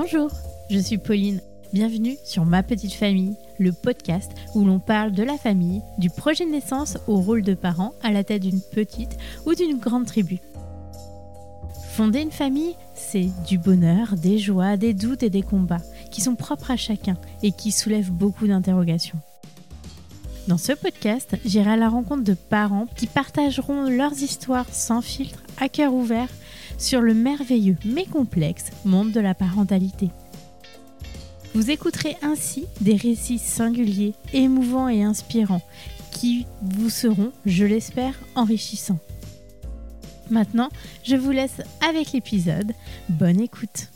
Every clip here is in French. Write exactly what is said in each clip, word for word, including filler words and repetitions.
Bonjour, je suis Pauline. Bienvenue sur Ma Petite Famille, le podcast où l'on parle de la famille, du projet de naissance au rôle de parent à la tête d'une petite ou d'une grande tribu. Fonder une famille, c'est du bonheur, des joies, des doutes et des combats qui sont propres à chacun et qui soulèvent beaucoup d'interrogations. Dans ce podcast, j'irai à la rencontre de parents qui partageront leurs histoires sans filtre, à cœur ouvert, sur le merveilleux mais complexe monde de la parentalité. Vous écouterez ainsi des récits singuliers, émouvants et inspirants qui vous seront, je l'espère, enrichissants. Maintenant, je vous laisse avec l'épisode. Bonne écoute.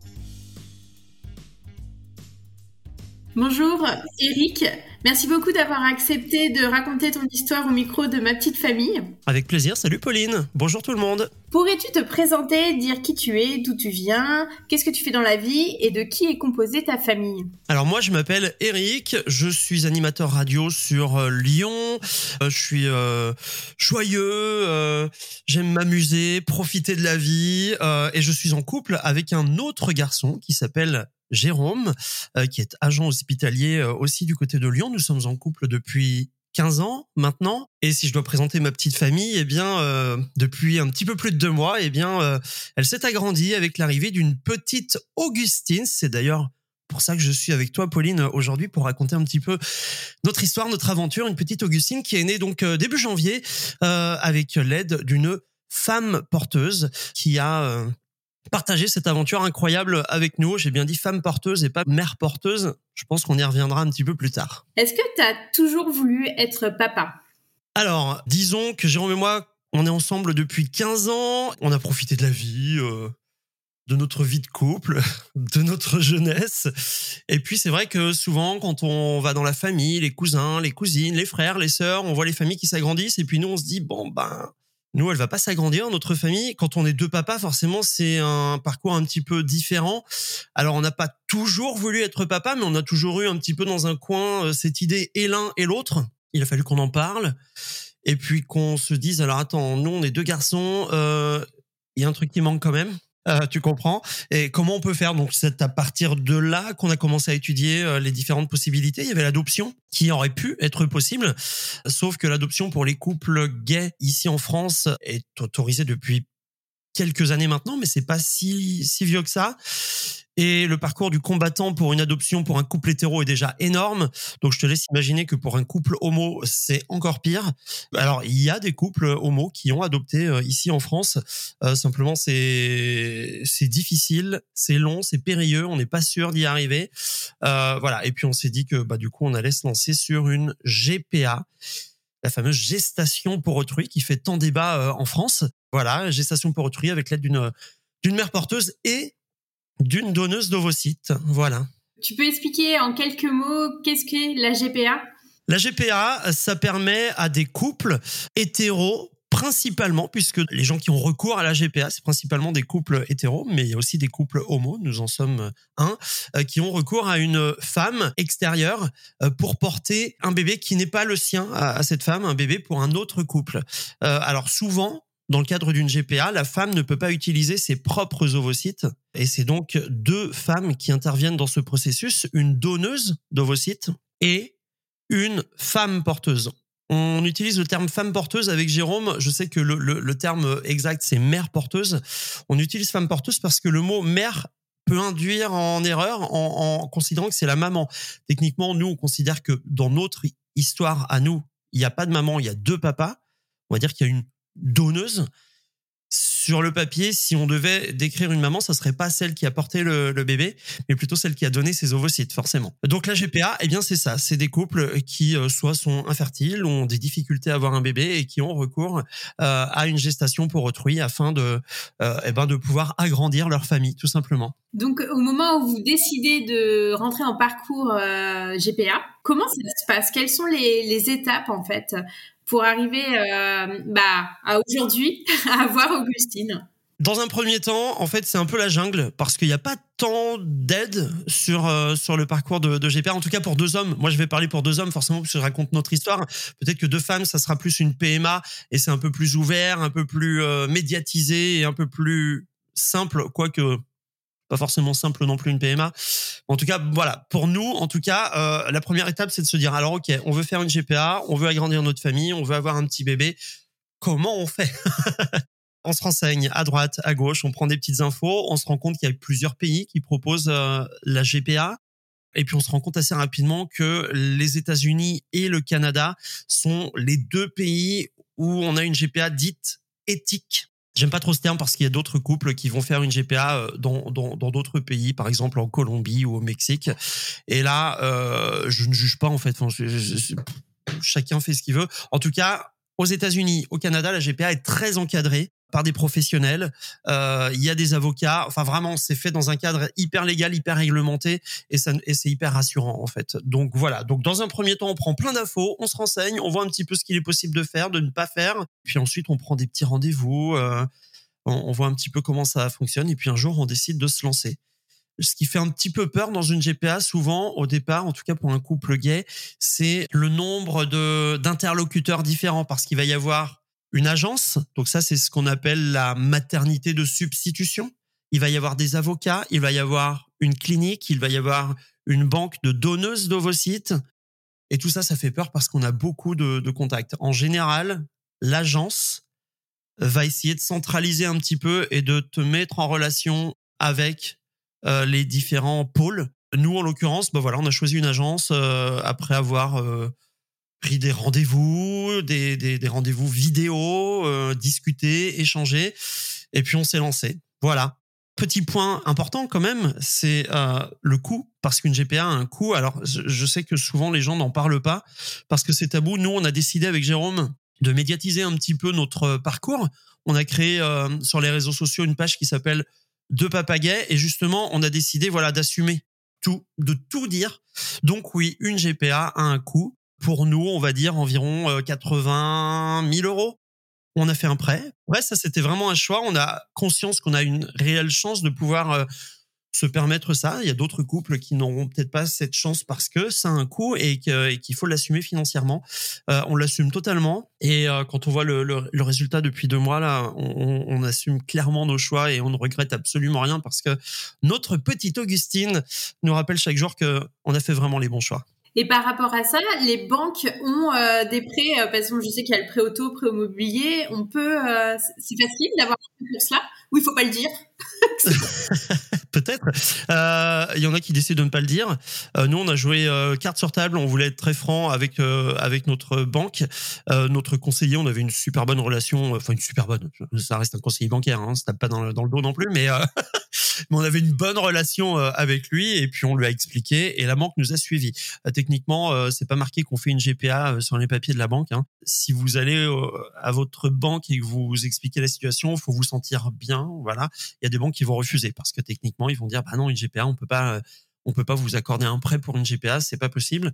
Bonjour Eric, merci beaucoup d'avoir accepté de raconter ton histoire au micro de Ma Petite Famille. Avec plaisir, salut Pauline, bonjour tout le monde. Pourrais-tu te présenter, dire qui tu es, d'où tu viens, qu'est-ce que tu fais dans la vie et de qui est composée ta famille ? Alors moi je m'appelle Eric, je suis animateur radio sur euh, Lyon, euh, je suis euh, joyeux, euh, j'aime m'amuser, profiter de la vie euh, et je suis en couple avec un autre garçon qui s'appelle Jérôme, euh, qui est agent hospitalier euh, aussi du côté de Lyon. Nous sommes en couple depuis quinze ans maintenant. Et si je dois présenter ma petite famille, eh bien, euh, depuis un petit peu plus de deux mois, eh bien, euh, elle s'est agrandie avec l'arrivée d'une petite Augustine. C'est d'ailleurs pour ça que je suis avec toi, Pauline, aujourd'hui pour raconter un petit peu notre histoire, notre aventure. Une petite Augustine qui est née donc euh, début janvier euh, avec l'aide d'une femme porteuse qui a euh, partager cette aventure incroyable avec nous. J'ai bien dit femme porteuse et pas mère porteuse. Je pense qu'on y reviendra un petit peu plus tard. Est-ce que tu as toujours voulu être papa ? Alors, disons que Jérôme et moi, on est ensemble depuis quinze ans. On a profité de la vie, euh, de notre vie de couple, de notre jeunesse. Et puis, c'est vrai que souvent, quand on va dans la famille, les cousins, les cousines, les frères, les sœurs, on voit les familles qui s'agrandissent. Et puis nous, on se dit, bon, ben... Nous, elle va pas s'agrandir, notre famille. Quand on est deux papas, forcément, c'est un parcours un petit peu différent. Alors, on n'a pas toujours voulu être papa, mais on a toujours eu un petit peu dans un coin euh, cette idée et l'un et l'autre. Il a fallu qu'on en parle. Et puis qu'on se dise, alors attends, nous, on est deux garçons, euh, il y a un truc qui manque quand même. Euh, tu comprends ? Et comment on peut faire ? Donc, c'est à partir de là qu'on a commencé à étudier euh, les différentes possibilités. Il y avait l'adoption qui aurait pu être possible, sauf que l'adoption pour les couples gays ici en France est autorisée depuis quelques années maintenant, mais c'est pas si si vieux que ça. Et le parcours du combattant pour une adoption pour un couple hétéro est déjà énorme. Donc, je te laisse imaginer que pour un couple homo, c'est encore pire. Alors, il y a des couples homo qui ont adopté euh, ici en France. Euh, simplement, c'est c'est difficile, c'est long, c'est périlleux. On n'est pas sûr d'y arriver. Euh, voilà. Et puis, on s'est dit que bah du coup, on allait se lancer sur une G P A, la fameuse gestation pour autrui qui fait tant débat euh, en France. Voilà, gestation pour autrui avec l'aide d'une d'une mère porteuse et d'une donneuse d'ovocytes, voilà. Tu peux expliquer en quelques mots qu'est-ce qu'est la G P A ? La G P A, ça permet à des couples hétéros, principalement, puisque les gens qui ont recours à la G P A, c'est principalement des couples hétéros, mais il y a aussi des couples homos, nous en sommes un, euh, qui ont recours à une femme extérieure euh, pour porter un bébé qui n'est pas le sien à, à cette femme, un bébé pour un autre couple. Euh, alors souvent, dans le cadre d'une G P A, la femme ne peut pas utiliser ses propres ovocytes. Et c'est donc deux femmes qui interviennent dans ce processus, une donneuse d'ovocytes et une femme porteuse. On utilise le terme femme porteuse avec Jérôme. Je sais que le, le, le terme exact, c'est mère porteuse. On utilise femme porteuse parce que le mot mère peut induire en erreur en, en considérant que c'est la maman. Techniquement, nous, on considère que dans notre histoire à nous, il n'y a pas de maman, il y a deux papas. On va dire qu'il y a une donneuse. Sur le papier, si on devait décrire une maman, ça serait pas celle qui a porté le, le bébé, mais plutôt celle qui a donné ses ovocytes, forcément. Donc la G P A, eh bien c'est ça, c'est des couples qui euh, soit sont infertiles, ont des difficultés à avoir un bébé et qui ont recours euh, à une gestation pour autrui afin de, euh, eh ben de pouvoir agrandir leur famille, tout simplement. Donc au moment où vous décidez de rentrer en parcours euh, G P A, comment ça se passe ? Quelles sont les, les étapes en fait pour arriver euh, bah, à aujourd'hui à avoir Augustine ? Dans un premier temps, en fait, c'est un peu la jungle parce qu'il n'y a pas tant d'aide sur euh, sur le parcours de, de G P A. En tout cas, pour deux hommes. Moi, je vais parler pour deux hommes, forcément, parce que je raconte notre histoire. Peut-être que deux femmes, ça sera plus une P M A et c'est un peu plus ouvert, un peu plus euh, médiatisé et un peu plus simple, quoique pas forcément simple non plus une P M A. En tout cas, voilà, pour nous, en tout cas, euh, la première étape, c'est de se dire, alors ok, on veut faire une G P A, on veut agrandir notre famille, on veut avoir un petit bébé. Comment on fait? On se renseigne à droite, à gauche, on prend des petites infos, on se rend compte qu'il y a plusieurs pays qui proposent euh, la G P A. Et puis on se rend compte assez rapidement que les États-Unis et le Canada sont les deux pays où on a une G P A dite éthique. J'aime pas trop ce terme parce qu'il y a d'autres couples qui vont faire une G P A dans dans dans d'autres pays, par exemple en Colombie ou au Mexique. Et là, euh, je ne juge pas en fait. Enfin, je, je, je, chacun fait ce qu'il veut. En tout cas, aux États-Unis, au Canada, la G P A est très encadrée par des professionnels. Euh, il y a des avocats. Enfin, vraiment, c'est fait dans un cadre hyper légal, hyper réglementé, et ça, et c'est hyper rassurant en fait. Donc voilà. Donc dans un premier temps, on prend plein d'infos, on se renseigne, on voit un petit peu ce qu'il est possible de faire, de ne pas faire. Puis ensuite, on prend des petits rendez-vous. Euh, on, on voit un petit peu comment ça fonctionne, et puis un jour, on décide de se lancer. Ce qui fait un petit peu peur dans une G P A, souvent, au départ, en tout cas pour un couple gay, c'est le nombre de d'interlocuteurs différents, parce qu'il va y avoir une agence. Donc ça, c'est ce qu'on appelle la maternité de substitution. Il va y avoir des avocats, il va y avoir une clinique, il va y avoir une banque de donneuses d'ovocytes. Et tout ça, ça fait peur parce qu'on a beaucoup de, de contacts. En général, l'agence va essayer de centraliser un petit peu et de te mettre en relation avec euh, les différents pôles. Nous, en l'occurrence, bah voilà, on a choisi une agence euh, après avoir euh, pris des rendez-vous, des, des, des rendez-vous vidéo, euh, discuté, échangé, et puis on s'est lancé. Voilà. Petit point important quand même, c'est euh, le coût, parce qu'une G P A a un coût. Alors, je, je sais que souvent les gens n'en parlent pas parce que c'est tabou. Nous, on a décidé avec Jérôme de médiatiser un petit peu notre parcours. On a créé euh, sur les réseaux sociaux une page qui s'appelle Deux Papagais, et justement, on a décidé voilà d'assumer tout, de tout dire. Donc oui, une G P A a un coût. Pour nous, on va dire environ quatre-vingt mille euros. On a fait un prêt. Ouais, ça, c'était vraiment un choix. On a conscience qu'on a une réelle chance de pouvoir euh, se permettre ça. Il y a d'autres couples qui n'auront peut-être pas cette chance parce que ça a un coût et, que, et qu'il faut l'assumer financièrement. Euh, on l'assume totalement. Et euh, quand on voit le, le, le résultat depuis deux mois, là, on, on assume clairement nos choix et on ne regrette absolument rien parce que notre petite Augustine nous rappelle chaque jour qu'on a fait vraiment les bons choix. Et par rapport à ça, les banques ont euh, des prêts, euh, parce que je sais qu'il y a le prêt auto, prêt immobilier. On peut, euh, c'est facile d'avoir un prêt pour cela, ou il faut pas le dire. Peut-être. Euh, il y en a qui décident de ne pas le dire. Euh, nous, on a joué euh, carte sur table. On voulait être très franc avec euh, avec notre banque, euh, notre conseiller. On avait une super bonne relation. Enfin, une super bonne. Ça reste un conseiller bancaire. Hein, ça tape pas dans le, dans le dos non plus, mais euh, mais on avait une bonne relation euh, avec lui. Et puis on lui a expliqué. Et la banque nous a suivis. Euh, techniquement, euh, c'est pas marqué qu'on fait une G P A euh, sur les papiers de la banque. Hein. Si vous allez euh, à votre banque et que vous expliquez la situation, il faut vous sentir bien. Voilà. Il y a des banques qui vont refuser parce que techniquement ils vont dire bah non, une G P A on peut pas on peut pas vous accorder un prêt pour une G P A, c'est pas possible.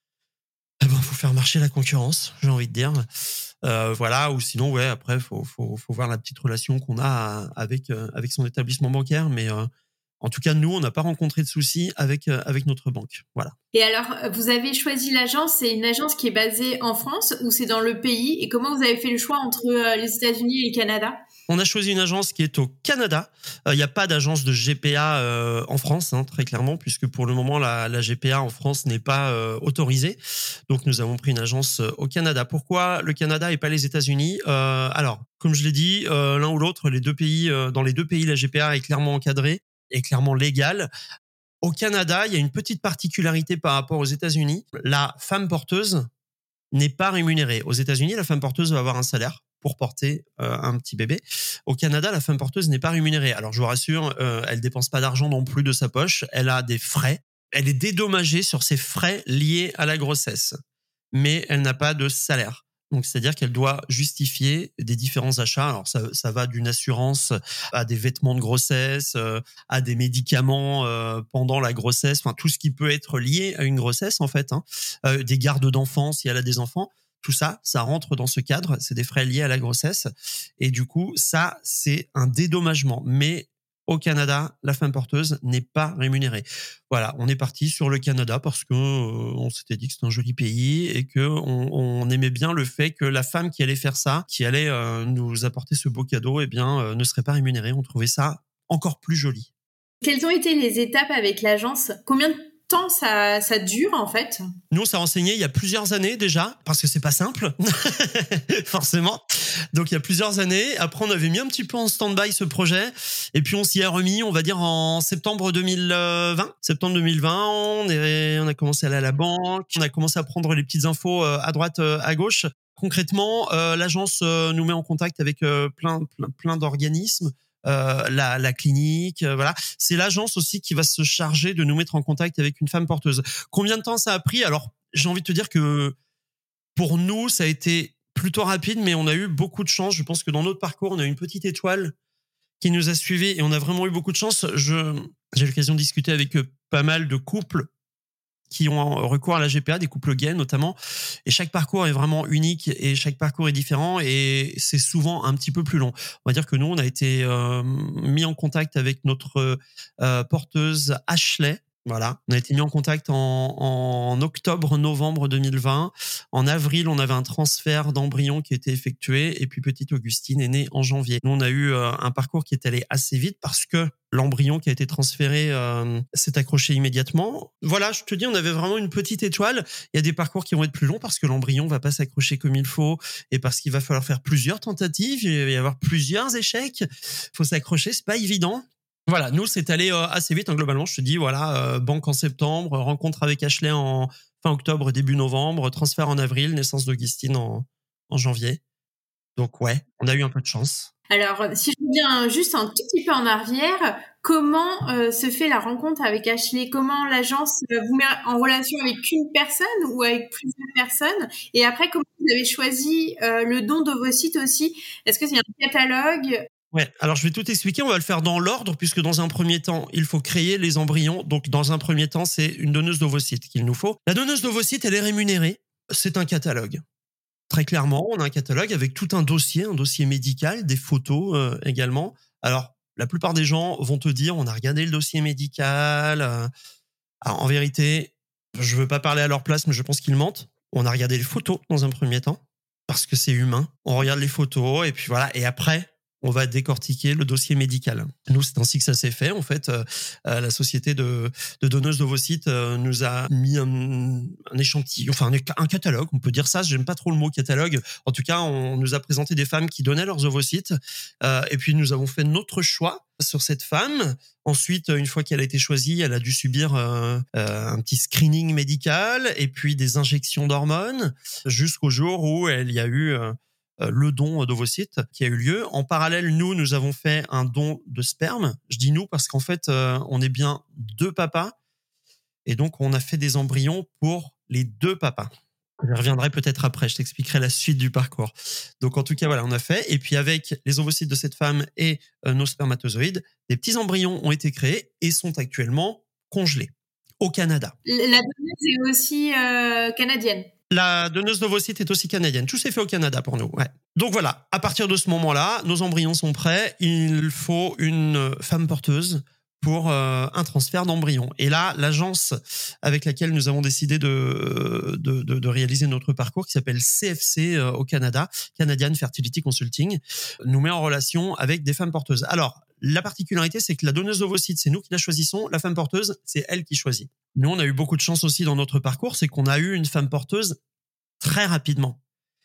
Eh ben faut faire marcher la concurrence, j'ai envie de dire. Euh, voilà, ou sinon ouais, après faut faut faut voir la petite relation qu'on a avec avec son établissement bancaire, mais euh, en tout cas nous on n'a pas rencontré de soucis avec avec notre banque. Voilà. Et alors vous avez choisi l'agence, c'est une agence qui est basée en France ou c'est dans le pays, et comment vous avez fait le choix entre les États-Unis et le Canada? On a choisi une agence qui est au Canada. Il euh, n'y a pas d'agence de G P A euh, en France, hein, très clairement, puisque pour le moment, la, la G P A en France n'est pas euh, autorisée. Donc, nous avons pris une agence euh, au Canada. Pourquoi le Canada et pas les États-Unis? euh, Alors, comme je l'ai dit, euh, l'un ou l'autre, les deux pays, euh, dans les deux pays, la G P A est clairement encadrée et clairement légale. Au Canada, il y a une petite particularité par rapport aux États-Unis. La femme porteuse n'est pas rémunérée. Aux États-Unis, la femme porteuse va avoir un salaire pour porter euh, un petit bébé. Au Canada, la femme porteuse n'est pas rémunérée. Alors, je vous rassure, euh, elle dépense pas d'argent non plus de sa poche. Elle a des frais. Elle est dédommagée sur ses frais liés à la grossesse. Mais elle n'a pas de salaire. Donc, c'est-à-dire qu'elle doit justifier des différents achats. Alors, ça, ça va d'une assurance à des vêtements de grossesse, euh, à des médicaments euh, pendant la grossesse. Enfin, tout ce qui peut être lié à une grossesse, en fait. Hein. Euh, des gardes d'enfants, si elle a des enfants. Tout ça, ça rentre dans ce cadre. C'est des frais liés à la grossesse. Et du coup, ça, c'est un dédommagement. Mais au Canada, la femme porteuse n'est pas rémunérée. Voilà, on est parti sur le Canada parce que euh, on s'était dit que c'était un joli pays et que on, on aimait bien le fait que la femme qui allait faire ça, qui allait euh, nous apporter ce beau cadeau, eh bien, euh, ne serait pas rémunérée. On trouvait ça encore plus joli. Quelles ont été les étapes avec l'agence? Combien de temps ça, ça dure en fait? Nous, on s'est renseigné il y a plusieurs années déjà, parce que c'est pas simple, forcément. Donc il y a plusieurs années. Après, on avait mis un petit peu en stand-by ce projet, et puis on s'y est remis, on va dire en septembre deux mille vingt. Septembre deux mille vingt, on, est, on a commencé à aller à la banque, on a commencé à prendre les petites infos à droite, à gauche. Concrètement, euh, l'agence euh, nous met en contact avec euh, plein, plein, plein d'organismes. Euh, la, la clinique, euh, voilà. C'est l'agence aussi qui va se charger de nous mettre en contact avec une femme porteuse. Combien de temps ça a pris? Alors, j'ai envie de te dire que pour nous, ça a été plutôt rapide, mais on a eu beaucoup de chance. Je pense que dans notre parcours, on a eu une petite étoile qui nous a suivis et on a vraiment eu beaucoup de chance. Je, j'ai l'occasion de discuter avec pas mal de couples qui ont recours à la G P A, des couples gays notamment. Et chaque parcours est vraiment unique et chaque parcours est différent et c'est souvent un petit peu plus long. On va dire que nous, on a été euh, mis en contact avec notre euh, porteuse Ashley. Voilà, on a été mis en contact en, en octobre-novembre deux mille vingt. En avril, on avait un transfert d'embryon qui était effectué et puis petite Augustine est née en janvier. Nous, on a eu euh, un parcours qui est allé assez vite parce que l'embryon qui a été transféré euh, s'est accroché immédiatement. Voilà, je te dis, on avait vraiment une petite étoile. Il y a des parcours qui vont être plus longs parce que l'embryon va pas s'accrocher comme il faut et parce qu'il va falloir faire plusieurs tentatives, il va y avoir plusieurs échecs. Il faut s'accrocher, c'est pas évident. Voilà, nous, c'est allé euh, assez vite. Hein, globalement, je te dis, voilà, euh, banque en septembre, rencontre avec Ashley en fin octobre, début novembre, transfert en avril, naissance d'Augustine en, en janvier. Donc, ouais, on a eu un peu de chance. Alors, si je reviens juste un tout petit peu en arrière, comment euh, se fait la rencontre avec Ashley? Comment l'agence euh, vous met en relation avec une personne ou avec plusieurs personnes? Et après, comment vous avez choisi euh, le don d'ovocytes aussi? Est-ce que c'est un catalogue? Ouais, alors je vais tout expliquer, on va le faire dans l'ordre puisque dans un premier temps, il faut créer les embryons. Donc dans un premier temps, c'est une donneuse d'ovocytes qu'il nous faut. La donneuse d'ovocytes, elle est rémunérée. C'est un catalogue. Très clairement, on a un catalogue avec tout un dossier, un dossier médical, des photos euh, également. Alors, la plupart des gens vont te dire, on a regardé le dossier médical. Euh, alors, en vérité, je veux pas parler à leur place, mais je pense qu'ils mentent. On a regardé les photos dans un premier temps parce que c'est humain. On regarde les photos et puis voilà. Et après, on va décortiquer le dossier médical. Nous, c'est ainsi que ça s'est fait. En fait, euh, la société de, de donneuses d'ovocytes euh, nous a mis un, un échantillon, enfin un, un catalogue, on peut dire ça. J'aime pas trop le mot catalogue. En tout cas, on nous a présenté des femmes qui donnaient leurs ovocytes. Euh, et puis, nous avons fait notre choix sur cette femme. Ensuite, une fois qu'elle a été choisie, elle a dû subir euh, euh, un petit screening médical et puis des injections d'hormones jusqu'au jour où elle y a eu... Euh, le don d'ovocytes qui a eu lieu. En parallèle, nous, nous avons fait un don de sperme. Je dis nous parce qu'en fait, euh, on est bien deux papas. Et donc, on a fait des embryons pour les deux papas. Je reviendrai peut-être après, je t'expliquerai la suite du parcours. Donc, en tout cas, voilà, on a fait. Et puis, avec les ovocytes de cette femme et euh, nos spermatozoïdes, des petits embryons ont été créés et sont actuellement congelés au Canada. La donneuse est aussi euh, canadienne. La donneuse d'ovocytes est aussi canadienne. Tout s'est fait au Canada pour nous. Ouais. Donc voilà, à partir de ce moment-là, nos embryons sont prêts. Il faut une femme porteuse pour euh, un transfert d'embryon. Et là, l'agence avec laquelle nous avons décidé de, de, de, de réaliser notre parcours, qui s'appelle C F C euh, au Canada, Canadian Fertility Consulting, nous met en relation avec des femmes porteuses. Alors, la particularité, c'est que la donneuse d'ovocytes, c'est nous qui la choisissons. La femme porteuse, c'est elle qui choisit. Nous, on a eu beaucoup de chance aussi dans notre parcours, c'est qu'on a eu une femme porteuse très rapidement.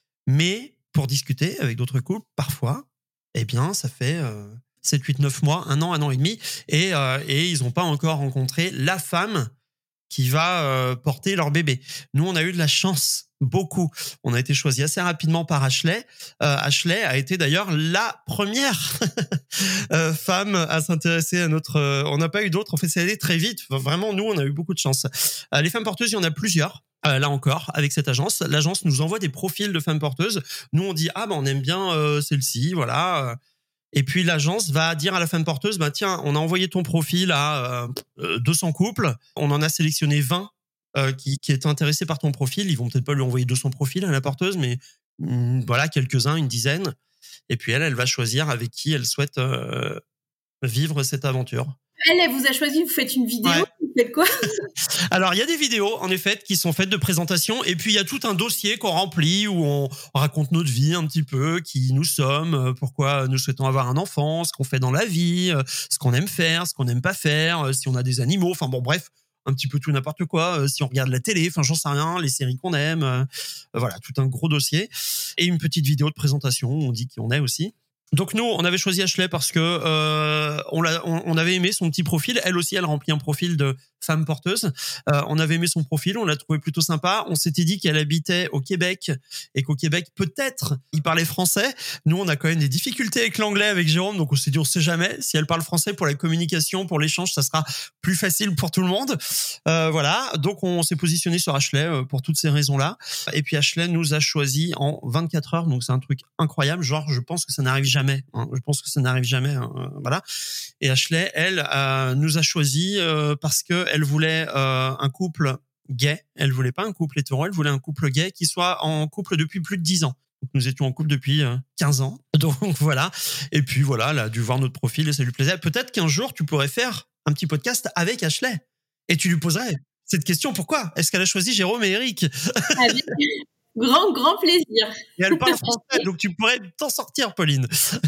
Mais pour discuter avec d'autres couples, parfois, eh bien, ça fait euh, sept, huit, neuf mois, un an, un an et demi, et, euh, et ils n'ont pas encore rencontré la femme qui va euh, porter leur bébé. Nous, on a eu de la chance, beaucoup. On a été choisi assez rapidement par Ashley. Euh, Ashley a été d'ailleurs la première euh, femme à s'intéresser à notre... Euh, on n'a pas eu d'autres, en fait, c'est allé très vite. Vraiment, nous, on a eu beaucoup de chance. Euh, les femmes porteuses, il y en a plusieurs. Euh, là encore, avec cette agence, l'agence nous envoie des profils de femmes porteuses. Nous, on dit, ah ben, on aime bien euh, celle-ci, voilà. Et puis, l'agence va dire à la femme porteuse, bah, tiens, on a envoyé ton profil à euh, deux cents couples. On en a sélectionné vingt euh, qui, qui étaient intéressés par ton profil. Ils vont peut-être pas lui envoyer deux cents profils à la porteuse, mais hum, voilà, quelques-uns, une dizaine. Et puis, elle, elle va choisir avec qui elle souhaite euh, vivre cette aventure. Elle, elle vous a choisi, vous faites une vidéo. Ouais. faites quoi? Alors, il y a des vidéos, en effet, qui sont faites de présentation. Et puis, il y a tout un dossier qu'on remplit où on raconte notre vie un petit peu, qui nous sommes, pourquoi nous souhaitons avoir un enfant, ce qu'on fait dans la vie, ce qu'on aime faire, ce qu'on n'aime pas faire, si on a des animaux. Enfin bon, bref, un petit peu tout n'importe quoi. Si on regarde la télé, enfin, j'en sais rien, les séries qu'on aime. Euh, voilà, tout un gros dossier. Et une petite vidéo de présentation où on dit qui on est aussi. Donc nous, on avait choisi Ashley parce que euh, on, l'a, on, on avait aimé son petit profil. Elle aussi, elle remplit un profil de femme porteuse. Euh, on avait aimé son profil, on l'a trouvé plutôt sympa. On s'était dit qu'elle habitait au Québec et qu'au Québec, peut-être, il parlait français. Nous, on a quand même des difficultés avec l'anglais avec Jérôme, donc on s'est dit, on sait jamais. Si elle parle français pour la communication, pour l'échange, ça sera plus facile pour tout le monde. Euh, voilà, donc on s'est positionné sur Ashley pour toutes ces raisons-là. Et puis Ashley nous a choisi en vingt-quatre heures, donc c'est un truc incroyable. Genre, je pense que ça n'arrive jamais. Hein. Je pense que ça n'arrive jamais. Hein. Voilà. Et Ashley, elle, euh, nous a choisi euh, parce que elle voulait euh, un couple gay. Elle voulait pas un couple hétéro. Elle voulait un couple gay qui soit en couple depuis plus de dix ans. Donc, nous étions en couple depuis euh, quinze ans. Donc voilà. Et puis voilà, elle a dû voir notre profil et ça lui plaisait. Peut-être qu'un jour, tu pourrais faire un petit podcast avec Ashley et tu lui poserais cette question. Pourquoi est-ce qu'elle a choisi Jérôme et Eric? Avec grand, grand plaisir. Et elle parle français, donc tu pourrais t'en sortir, Pauline.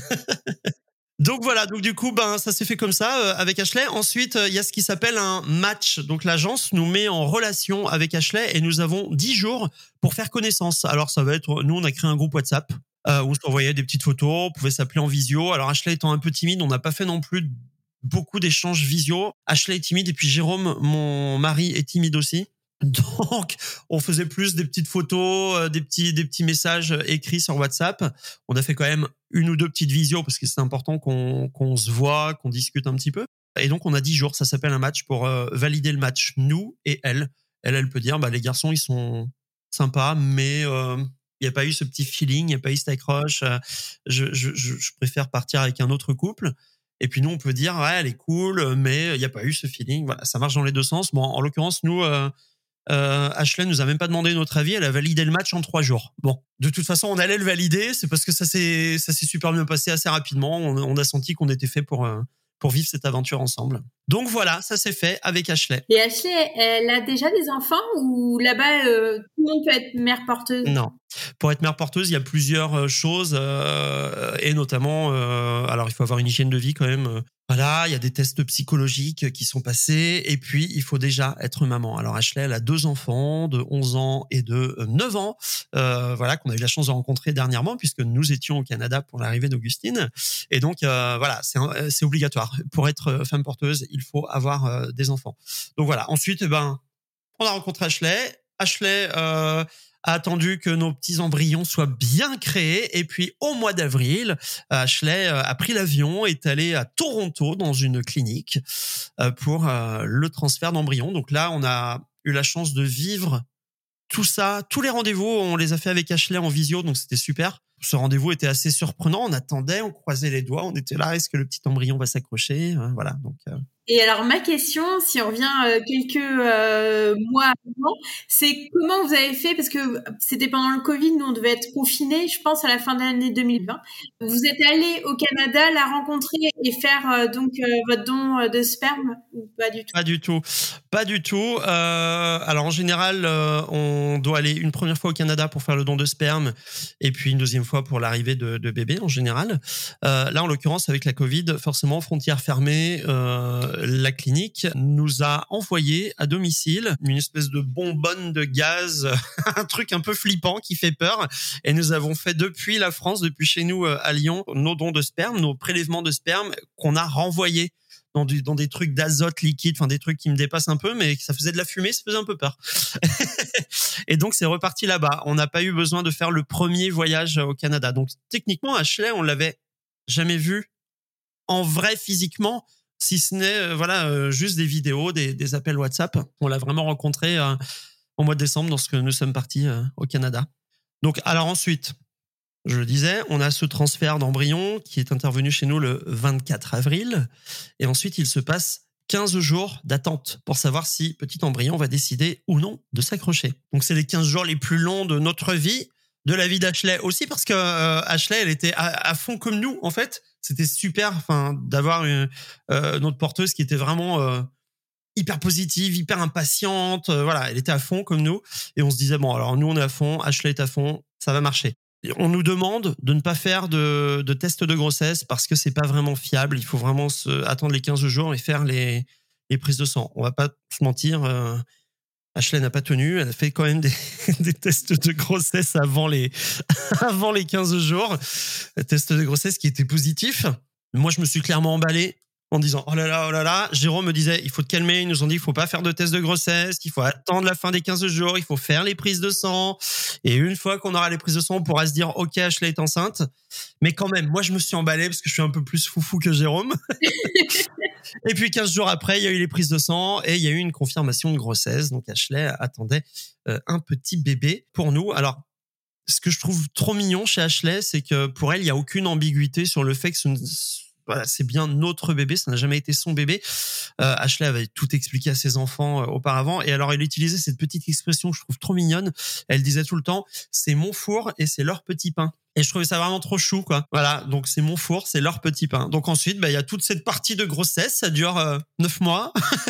Donc voilà, donc du coup, ben ça s'est fait comme ça euh, avec Ashley. Ensuite, il euh, y a ce qui s'appelle un match. Donc l'agence nous met en relation avec Ashley et nous avons dix jours pour faire connaissance. Alors ça va être, nous on a créé un groupe WhatsApp euh, où on s'envoyait des petites photos, on pouvait s'appeler en visio. Alors Ashley étant un peu timide, on n'a pas fait non plus beaucoup d'échanges visio. Ashley est timide et puis Jérôme, mon mari, est timide aussi. Donc, on faisait plus des petites photos, euh, des petits, des petits messages écrits sur WhatsApp. On a fait quand même une ou deux petites visios parce que c'est important qu'on, qu'on se voit, qu'on discute un petit peu. Et donc, on a dix jours. Ça s'appelle un match pour euh, valider le match. Nous et elle. Elle, elle peut dire, bah, les garçons, ils sont sympas, mais il euh, n'y a pas eu ce petit feeling, il n'y a pas eu cette accroche. Euh, je, je, je, je préfère partir avec un autre couple. Et puis nous, on peut dire, ouais, elle est cool, mais il n'y a pas eu ce feeling. Voilà, ça marche dans les deux sens. Bon, en l'occurrence, nous, euh, Euh, Ashley nous a même pas demandé notre avis, elle a validé le match en trois jours. Bon, de toute façon, on allait le valider, c'est parce que ça s'est ça s'est super bien passé assez rapidement. On, on a senti qu'on était fait pour euh, pour vivre cette aventure ensemble. Donc voilà, ça s'est fait avec Ashley. Et Ashley, elle a déjà des enfants ou là-bas euh, tout le monde peut être mère porteuse? Non. Pour être mère porteuse, il y a plusieurs choses euh, et notamment, euh, alors il faut avoir une hygiène de vie quand même. Euh, voilà, il y a des tests psychologiques qui sont passés et puis il faut déjà être maman. Alors Ashley, elle a deux enfants de onze ans et de neuf ans, euh, voilà, qu'on a eu la chance de rencontrer dernièrement puisque nous étions au Canada pour l'arrivée d'Augustine. Et donc euh, voilà, c'est, c'est obligatoire. Pour être femme porteuse, il faut avoir euh, des enfants. Donc voilà. Ensuite, eh ben, on a rencontré Ashley. Ashley euh, a attendu que nos petits embryons soient bien créés. Et puis, au mois d'avril, Ashley a pris l'avion, est allée à Toronto dans une clinique pour le transfert d'embryons. Donc là, on a eu la chance de vivre tout ça. Tous les rendez-vous, on les a fait avec Ashley en visio, donc c'était super. Ce rendez-vous était assez surprenant. On attendait, on croisait les doigts, on était là. Est-ce que le petit embryon va s'accrocher? Voilà, donc... Euh... Et alors, ma question, si on revient euh, quelques euh, mois avant, c'est comment vous avez fait, parce que c'était pendant le Covid, nous on devait être confinés, je pense, à la fin de l'année deux mille vingt. Vous êtes allé au Canada, la rencontrer et faire euh, donc euh, votre don de sperme ou pas du tout? Pas du tout, pas du tout. Euh, alors en général, euh, on doit aller une première fois au Canada pour faire le don de sperme et puis une deuxième fois pour l'arrivée de, de bébés en général. Euh, là, en l'occurrence, avec la Covid, forcément, frontières fermées, euh, la clinique nous a envoyé à domicile une espèce de bonbonne de gaz, un truc un peu flippant qui fait peur. Et nous avons fait depuis la France, depuis chez nous à Lyon, nos dons de sperme, nos prélèvements de sperme qu'on a renvoyés dans, du, dans des trucs d'azote liquide, enfin des trucs qui me dépassent un peu, mais ça faisait de la fumée, ça faisait un peu peur. Et donc c'est reparti là-bas. On n'a pas eu besoin de faire le premier voyage au Canada. Donc techniquement, Ashley, on l'avait jamais vu en vrai physiquement, si ce n'est euh, voilà euh, juste des vidéos, des, des appels WhatsApp. On l'a vraiment rencontré euh, au mois de décembre lorsque nous sommes partis euh, au Canada. Donc alors ensuite, je le disais, on a ce transfert d'embryon qui est intervenu chez nous le vingt-quatre avril. Et ensuite, il se passe quinze jours d'attente pour savoir si petit embryon va décider ou non de s'accrocher. Donc, c'est les quinze jours les plus longs de notre vie, de la vie d'Ashley aussi, parce que euh, Ashley, elle était à, à fond comme nous, en fait. C'était super enfin, d'avoir une, euh, notre porteuse qui était vraiment... Euh, hyper positive, hyper impatiente. Euh, voilà, elle était à fond comme nous. Et on se disait, bon, alors nous, on est à fond, Ashley est à fond, ça va marcher. Et on nous demande de ne pas faire de, de test de grossesse parce que c'est pas vraiment fiable. Il faut vraiment se, attendre les quinze jours et faire les, les prises de sang. On va pas se mentir. Euh, Ashley n'a pas tenu. Elle a fait quand même des, des tests de grossesse avant les, avant les quinze jours. Un test de grossesse qui était positif. Moi, je me suis clairement emballé en disant oh là là, oh là là. Jérôme me disait il faut te calmer. Ils nous ont dit il faut pas faire de test de grossesse, qu'il faut attendre la fin des quinze jours, il faut faire les prises de sang. Et une fois qu'on aura les prises de sang, on pourra se dire ok, Ashley est enceinte. Mais quand même, moi, je me suis emballé parce que je suis un peu plus foufou que Jérôme. Et puis quinze jours après, il y a eu les prises de sang et il y a eu une confirmation de grossesse. Donc Ashley attendait euh, un petit bébé pour nous. Alors, ce que je trouve trop mignon chez Ashley, c'est que pour elle, il y a aucune ambiguïté sur le fait que ce, voilà, c'est bien notre bébé, ça n'a jamais été son bébé. Euh, Ashley avait tout expliqué à ses enfants euh, auparavant, et alors elle utilisait cette petite expression que je trouve trop mignonne. Elle disait tout le temps, c'est mon four et c'est leur petit pain. Et je trouvais ça vraiment trop chou, quoi. Voilà, donc c'est mon four, c'est leur petit pain. Donc ensuite, bah il y a toute cette partie de grossesse, ça dure euh, neuf mois.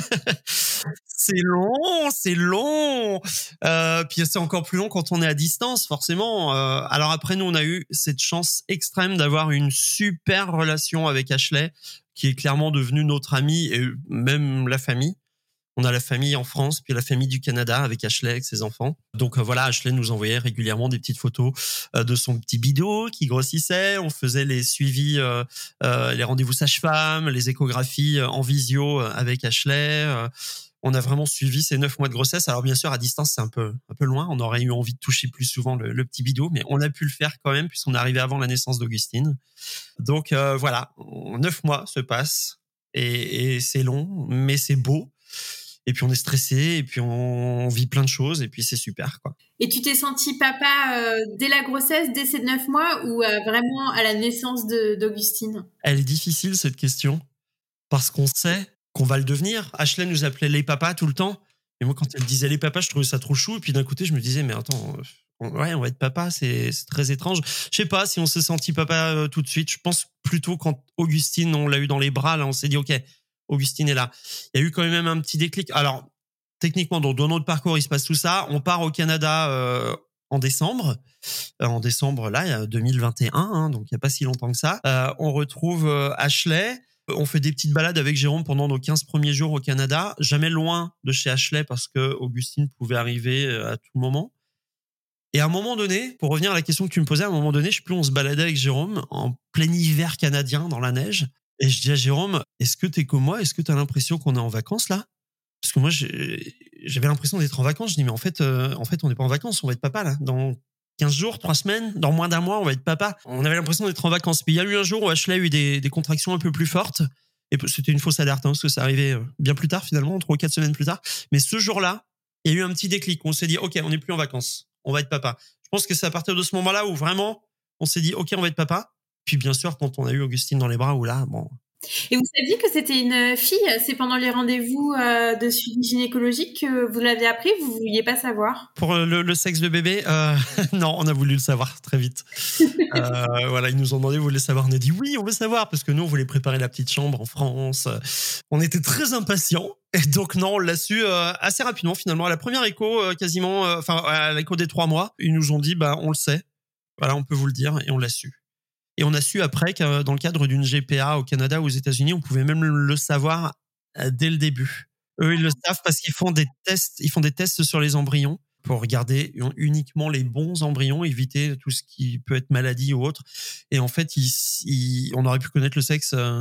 C'est long, c'est long. Euh, puis c'est encore plus long quand on est à distance, forcément. Euh, alors après, nous, on a eu cette chance extrême d'avoir une super relation avec Ashley, qui est clairement devenue notre amie et même la famille. On a la famille en France, puis la famille du Canada avec Ashley, avec ses enfants. Donc euh, voilà, Ashley nous envoyait régulièrement des petites photos euh, de son petit bidou qui grossissait. On faisait les suivis, euh, euh, les rendez-vous sage-femme, les échographies euh, en visio euh, avec Ashley. Euh, on a vraiment suivi ces neuf mois de grossesse. Alors bien sûr, à distance, c'est un peu un peu loin. On aurait eu envie de toucher plus souvent le, le petit bidou, mais on a pu le faire quand même puisqu'on est arrivé avant la naissance d'Augustine. Donc euh, voilà, neuf mois se passent et, et c'est long, mais c'est beau. Et puis on est stressé, et puis on vit plein de choses, et puis c'est super, quoi. Et tu t'es senti papa euh, dès la grossesse, dès ces neuf mois, ou euh, vraiment à la naissance de, d'Augustine? Elle est difficile, cette question, parce qu'on sait qu'on va le devenir. Ashley nous appelait les papas tout le temps, et moi quand elle disait les papas, je trouvais ça trop chou, et puis d'un côté je me disais mais attends, on, ouais on va être papa, c'est, c'est très étrange. Je sais pas si on s'est senti papa euh, tout de suite. Je pense plutôt quand Augustine, on l'a eu dans les bras, là on s'est dit ok, Augustine est là. Il y a eu quand même un petit déclic. Alors, techniquement, dans, dans notre parcours, il se passe tout ça. On part au Canada euh, en décembre. Euh, en décembre, là, il y a deux mille vingt et un, hein, donc il n'y a pas si longtemps que ça. Euh, on retrouve euh, Ashley. On fait des petites balades avec Jérôme pendant nos quinze premiers jours au Canada. Jamais loin de chez Ashley parce que Augustine pouvait arriver à tout moment. Et à un moment donné, pour revenir à la question que tu me posais, à un moment donné, je sais plus, on se baladait avec Jérôme en plein hiver canadien dans la neige. Et je dis à Jérôme, est-ce que t'es comme moi? Est-ce que t'as l'impression qu'on est en vacances là? Parce que moi, j'ai, j'avais l'impression d'être en vacances. Je dis, mais en fait, euh, en fait, on n'est pas en vacances, on va être papa là. Dans quinze jours, trois semaines, dans moins d'un mois, on va être papa. On avait l'impression d'être en vacances. Puis il y a eu un jour où Ashley a eu des, des contractions un peu plus fortes. Et c'était une fausse alerte, hein, parce que ça arrivait bien plus tard finalement, trois ou quatre semaines plus tard. Mais ce jour-là, il y a eu un petit déclic. On s'est dit, ok, on n'est plus en vacances, on va être papa. Je pense que c'est à partir de ce moment-là où vraiment, on s'est dit, ok, on va être papa. Puis bien sûr, quand on a eu Augustine dans les bras, où là, bon. Et vous saviez que c'était une fille? C'est pendant les rendez-vous euh, de suivi gynécologique que vous l'avez appris? Vous ne vouliez pas savoir? Pour le, le sexe de bébé, euh, non, on a voulu le savoir très vite. euh, voilà, ils nous ont demandé, vous voulez savoir? On a dit oui, on veut savoir, parce que nous, on voulait préparer la petite chambre en France. On était très impatients. Et donc non, on l'a su euh, assez rapidement finalement. À la première écho, euh, quasiment, enfin euh, à l'écho des trois mois, ils nous ont dit, bah on le sait. Voilà, on peut vous le dire, et on l'a su. Et on a su après que dans le cadre d'une G P A au Canada ou aux États-Unis, on pouvait même le savoir dès le début. Eux, ils le savent parce qu'ils font des tests, ils font des tests sur les embryons pour regarder uniquement les bons embryons, éviter tout ce qui peut être maladie ou autre. Et en fait, ils, ils, on aurait pu connaître le sexe euh,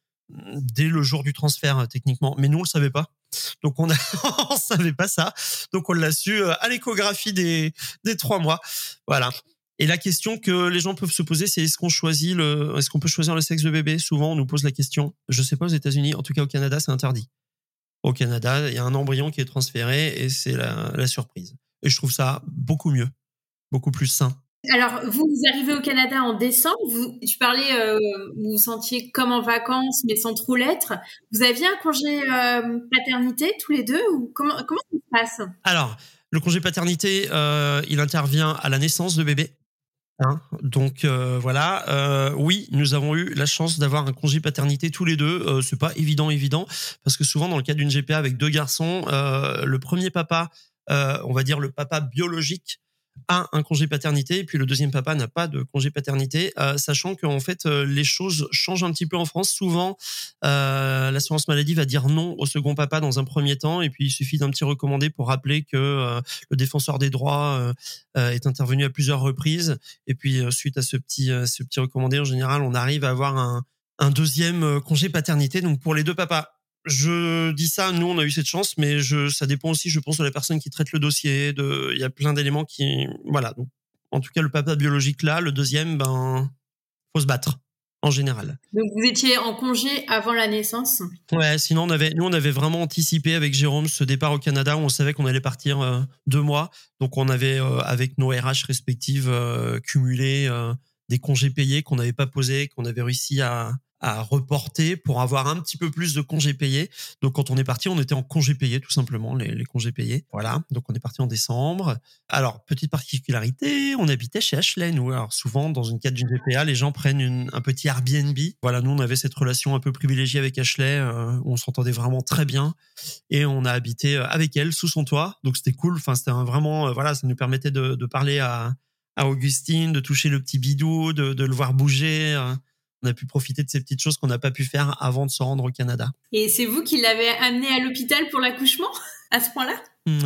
dès le jour du transfert, techniquement. Mais nous, on le savait pas. Donc, on a, on savait pas ça. Donc, on l'a su à l'échographie des, des trois mois. Voilà. Et la question que les gens peuvent se poser, c'est est-ce qu'on choisit le, est-ce qu'on peut choisir le sexe de bébé? Souvent, on nous pose la question. Je sais pas aux États-Unis, en tout cas au Canada, c'est interdit. Au Canada, il y a un embryon qui est transféré et c'est la, la surprise. Et je trouve ça beaucoup mieux, beaucoup plus sain. Alors, vous, vous arrivez au Canada en décembre. Vous, tu parlais, euh, vous vous sentiez comme en vacances, mais sans trop l'être. Vous aviez un congé euh, paternité tous les deux ou comment comment ça se passe? Alors, le congé paternité, euh, il intervient à la naissance de bébé. Hein, donc euh, voilà, euh, oui, nous avons eu la chance d'avoir un congé paternité tous les deux. Euh, c'est pas évident, évident, parce que souvent dans le cas d'une G P A avec deux garçons, euh, le premier papa, euh, on va dire le papa biologique, a un congé paternité, et puis le deuxième papa n'a pas de congé paternité, euh, sachant qu'en fait euh, les choses changent un petit peu en France. Souvent, euh, l'assurance maladie va dire non au second papa dans un premier temps, et puis il suffit d'un petit recommandé pour rappeler que euh, le défenseur des droits euh, euh, est intervenu à plusieurs reprises, et puis euh, suite à ce petit euh, ce petit recommandé, en général, on arrive à avoir un un deuxième congé paternité, donc pour les deux papas. Je dis ça, nous on a eu cette chance, mais je, ça dépend aussi, je pense, de la personne qui traite le dossier. De, il y a plein d'éléments qui, voilà. Donc, en tout cas, le papa biologique là, le deuxième, ben, faut se battre en général. Donc vous étiez en congé avant la naissance. Ouais, sinon on avait, nous on avait vraiment anticipé avec Jérôme ce départ au Canada où on savait qu'on allait partir euh, deux mois. Donc on avait euh, avec nos R H respectives euh, cumulé euh, des congés payés qu'on n'avait pas posés, qu'on avait réussi à à reporter pour avoir un petit peu plus de congés payés. Donc quand on est parti, on était en congés payés tout simplement, les, les congés payés. Voilà, donc on est parti en décembre. Alors petite particularité, on habitait chez Ashley, nous. Alors souvent dans une cadre d'une G P A, les gens prennent une, un petit Airbnb. Voilà, nous on avait cette relation un peu privilégiée avec Ashley, euh, où on s'entendait vraiment très bien, et on a habité avec elle sous son toit. Donc c'était cool. Enfin c'était un, vraiment, euh, voilà, ça nous permettait de, de parler à, à Augustine, de toucher le petit bidou, de, de le voir bouger. Euh, On a pu profiter de ces petites choses qu'on n'a pas pu faire avant de se rendre au Canada. Et c'est vous qui l'avez amené à l'hôpital pour l'accouchement, à ce point-là ?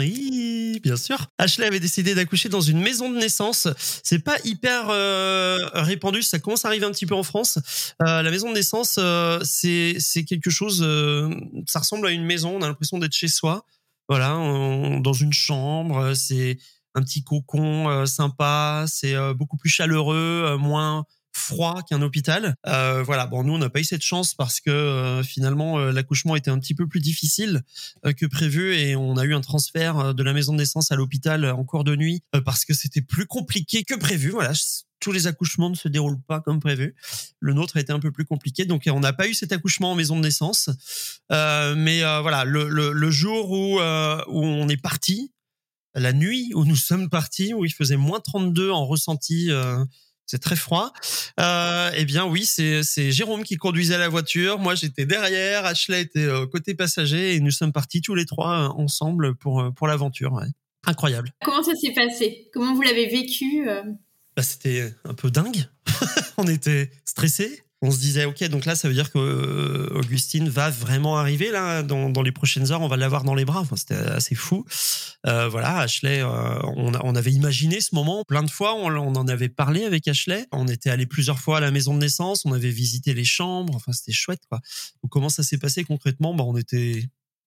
Oui, bien sûr. Ashley avait décidé d'accoucher dans une maison de naissance. C'est pas hyper euh, répandu, ça commence à arriver un petit peu en France. Euh, la maison de naissance, euh, c'est c'est quelque chose. Euh, ça ressemble à une maison. On a l'impression d'être chez soi. Voilà, on, dans une chambre. C'est un petit cocon euh, sympa. C'est euh, beaucoup plus chaleureux, euh, moins froid qu'un hôpital. Euh, voilà, bon, nous on n'a pas eu cette chance parce que euh, finalement euh, l'accouchement était un petit peu plus difficile euh, que prévu, et on a eu un transfert de la maison de naissance à l'hôpital en cours de nuit euh, parce que c'était plus compliqué que prévu. Voilà, tous les accouchements ne se déroulent pas comme prévu. Le nôtre a été un peu plus compliqué, donc on n'a pas eu cet accouchement en maison de naissance. Euh, mais euh, voilà, le, le, le jour où, euh, où on est parti, la nuit où nous sommes partis, où il faisait moins trente-deux en ressenti, euh, c'est très froid. Euh, eh bien oui, c'est c'est Jérôme qui conduisait la voiture. Moi, j'étais derrière. Ashley était euh, côté passager, et nous sommes partis tous les trois euh, ensemble pour pour l'aventure. Ouais. Incroyable. Comment ça s'est passé ? Comment vous l'avez vécu ? Bah, c'était un peu dingue. On était stressés. On se disait, ok, donc là, ça veut dire que euh, Augustine va vraiment arriver là dans, dans les prochaines heures. On va l'avoir dans les bras. Enfin, c'était assez fou. Euh, voilà, Ashley, euh, on, on avait imaginé ce moment plein de fois. On, on en avait parlé avec Ashley. On était allé plusieurs fois à la maison de naissance. On avait visité les chambres. Enfin, c'était chouette, quoi. Donc, comment ça s'est passé concrètement ? Bah, on était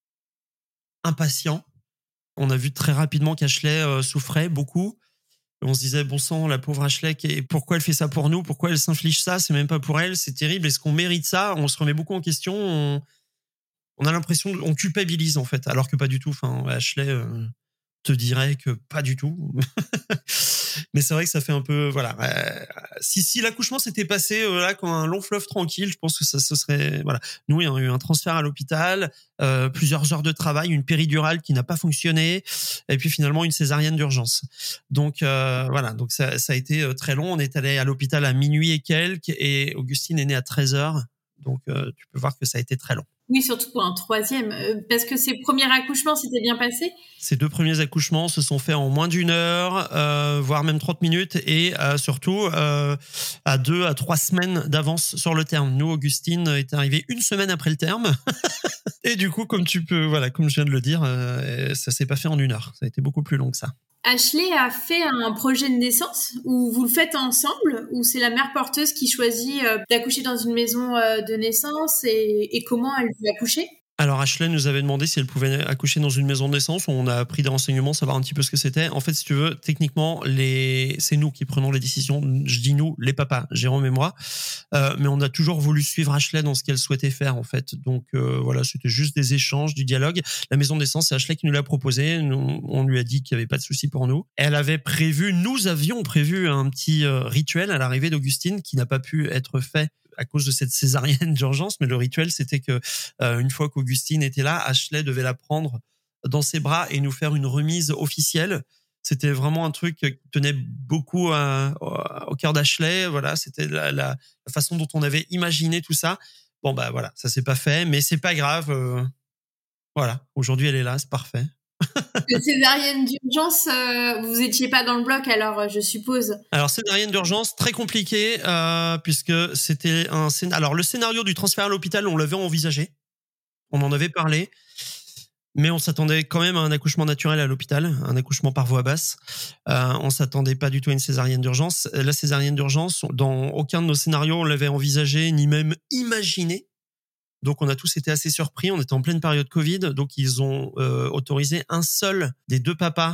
impatients. On a vu très rapidement qu'Ashley euh, souffrait beaucoup. On se disait, bon sang, la pauvre Ashley, pourquoi elle fait ça pour nous ? Pourquoi elle s'inflige ça ? C'est même pas pour elle, c'est terrible. Est-ce qu'on mérite ça ? On se remet beaucoup en question. On, on a l'impression, on culpabilise en fait, alors que pas du tout. Enfin, Ashley euh, te dirait que pas du tout. Mais c'est vrai que ça fait un peu, voilà. Euh, si si l'accouchement s'était passé euh, là comme un long fleuve tranquille, je pense que ça ce serait, voilà. Nous, il y a eu un transfert à l'hôpital, euh, plusieurs heures de travail, une péridurale qui n'a pas fonctionné, et puis finalement une césarienne d'urgence. Donc euh, voilà, donc ça ça a été très long. On est allé à l'hôpital à minuit et quelques, et Augustine est née à treize heures. Donc euh, tu peux voir que ça a été très long. Oui, surtout pour un troisième. Euh, parce que ces premiers accouchements s'étaient bien passés ? Ces deux premiers accouchements se sont faits en moins d'une heure, euh, voire même trente minutes, et euh, surtout euh, à deux à trois semaines d'avance sur le terme. Nous, Augustine est arrivée une semaine après le terme. Et du coup, comme tu peux, voilà, comme je viens de le dire, euh, ça s'est pas fait en une heure. Ça a été beaucoup plus long que ça. Ashley a fait un projet de naissance où vous le faites ensemble, ou c'est la mère porteuse qui choisit euh, d'accoucher dans une maison euh, de naissance, et, et comment elle veut accoucher ? Alors Ashley nous avait demandé si elle pouvait accoucher dans une maison de naissance. On a pris des renseignements, savoir un petit peu ce que c'était. En fait, si tu veux, techniquement, les... c'est nous qui prenons les décisions. Je dis nous, les papas, Jérôme et moi. Euh, mais on a toujours voulu suivre Ashley dans ce qu'elle souhaitait faire, en fait. Donc euh, voilà, c'était juste des échanges, du dialogue. La maison de naissance, c'est Ashley qui nous l'a proposé. Nous, on lui a dit qu'il n'y avait pas de souci pour nous. Elle avait prévu, nous avions prévu un petit euh, rituel à l'arrivée d'Augustine qui n'a pas pu être fait à cause de cette césarienne d'urgence, mais le rituel, c'était que euh, une fois qu'Augustine était là, Ashley devait la prendre dans ses bras et nous faire une remise officielle. C'était vraiment un truc qui tenait beaucoup à, au cœur d'Ashley. Voilà, c'était la, la, la façon dont on avait imaginé tout ça. Bon, bah voilà, ça s'est pas fait, mais c'est pas grave. Euh, voilà, aujourd'hui, elle est là, c'est parfait. Le césarienne d'urgence, euh, vous étiez pas dans le bloc alors, je suppose. Alors, césarienne d'urgence, très compliqué, euh, puisque c'était un scénario. Alors, le scénario du transfert à l'hôpital, on l'avait envisagé. On en avait parlé. Mais on s'attendait quand même à un accouchement naturel à l'hôpital, un accouchement par voie basse. Euh, on s'attendait pas du tout à une césarienne d'urgence. La césarienne d'urgence, dans aucun de nos scénarios, on l'avait envisagé ni même imaginé. Donc on a tous été assez surpris. On était en pleine période Covid, donc ils ont euh, autorisé un seul des deux papas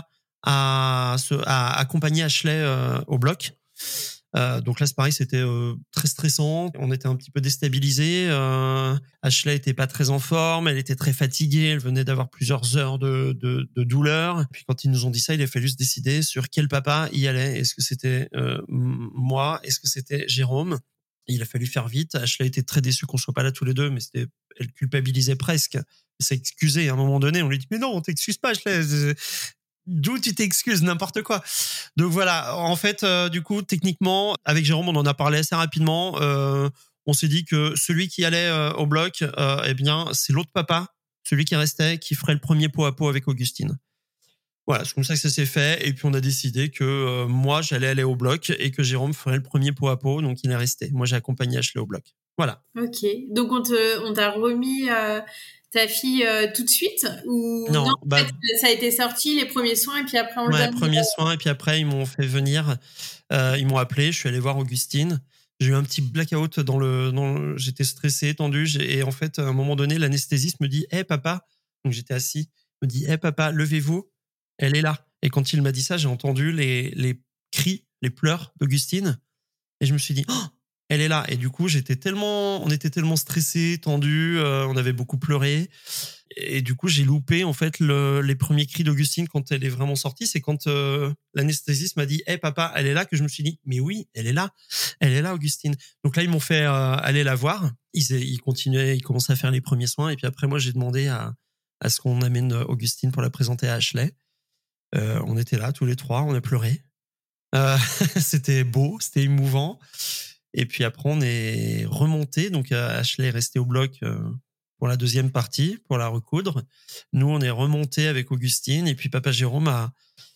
à, se, à accompagner Ashley euh, au bloc. Euh, donc là, c'est pareil, c'était euh, très stressant. On était un petit peu déstabilisés. Euh, Ashley était pas très en forme, elle était très fatiguée, elle venait d'avoir plusieurs heures de, de, de douleur. Puis quand ils nous ont dit ça, il a fallu se décider sur quel papa y allait. Est-ce que c'était euh, moi? Est-ce que c'était Jérôme? Il a fallu faire vite. Ashley était très déçue qu'on soit pas là tous les deux, mais c'était, elle culpabilisait presque. Elle s'est excusée à un moment donné. On lui dit mais non, on t'excuse pas, Ashley. D'où tu t'excuses, n'importe quoi. Donc voilà, en fait, euh, du coup, techniquement, avec Jérôme, on en a parlé assez rapidement. Euh, on s'est dit que celui qui allait euh, au bloc, euh, eh bien, c'est l'autre papa, celui qui restait, qui ferait le premier pot à pot avec Augustine. Voilà, c'est comme ça que ça s'est fait. Et puis on a décidé que euh, moi, j'allais aller au bloc et que Jérôme ferait le premier pot à pot. Donc il est resté. Moi, j'ai accompagné Ashley au bloc. Voilà. Ok. Donc on te, on t'a remis euh, ta fille euh, tout de suite ou non, non bah, en fait, ça a été sorti les premiers soins et puis après on ouais, les a premiers soins et puis après ils m'ont fait venir, euh, ils m'ont appelé, je suis allé voir Augustine. J'ai eu un petit blackout dans le, dans le j'étais stressé, tendu, j'ai, et en fait à un moment donné l'anesthésiste me dit, hé hey, papa, donc j'étais assis, me dit, hé hey, papa, levez-vous, elle est là. Et quand il m'a dit ça, j'ai entendu les les cris, les pleurs d'Augustine et je me suis dit, oh, elle est là. Et du coup j'étais tellement, on était tellement stressés, tendus, euh, on avait beaucoup pleuré. Et du coup, j'ai loupé en fait le, les premiers cris d'Augustine quand elle est vraiment sortie. C'est quand euh, l'anesthésiste m'a dit, hey, papa, elle est là, que je me suis dit, mais oui, elle est là, elle est là, Augustine. Donc là, ils m'ont fait euh, aller la voir. Ils, ils continuaient, ils commençaient à faire les premiers soins. Et puis après, moi, j'ai demandé à, à ce qu'on amène Augustine pour la présenter à Ashley. Euh, on était là tous les trois, on a pleuré. Euh, c'était beau, c'était émouvant. Et puis après, on est remonté. Donc Ashley est restée au bloc. Euh, pour la deuxième partie, pour la recoudre. Nous, on est remonté avec Augustine et puis papa Jérôme a,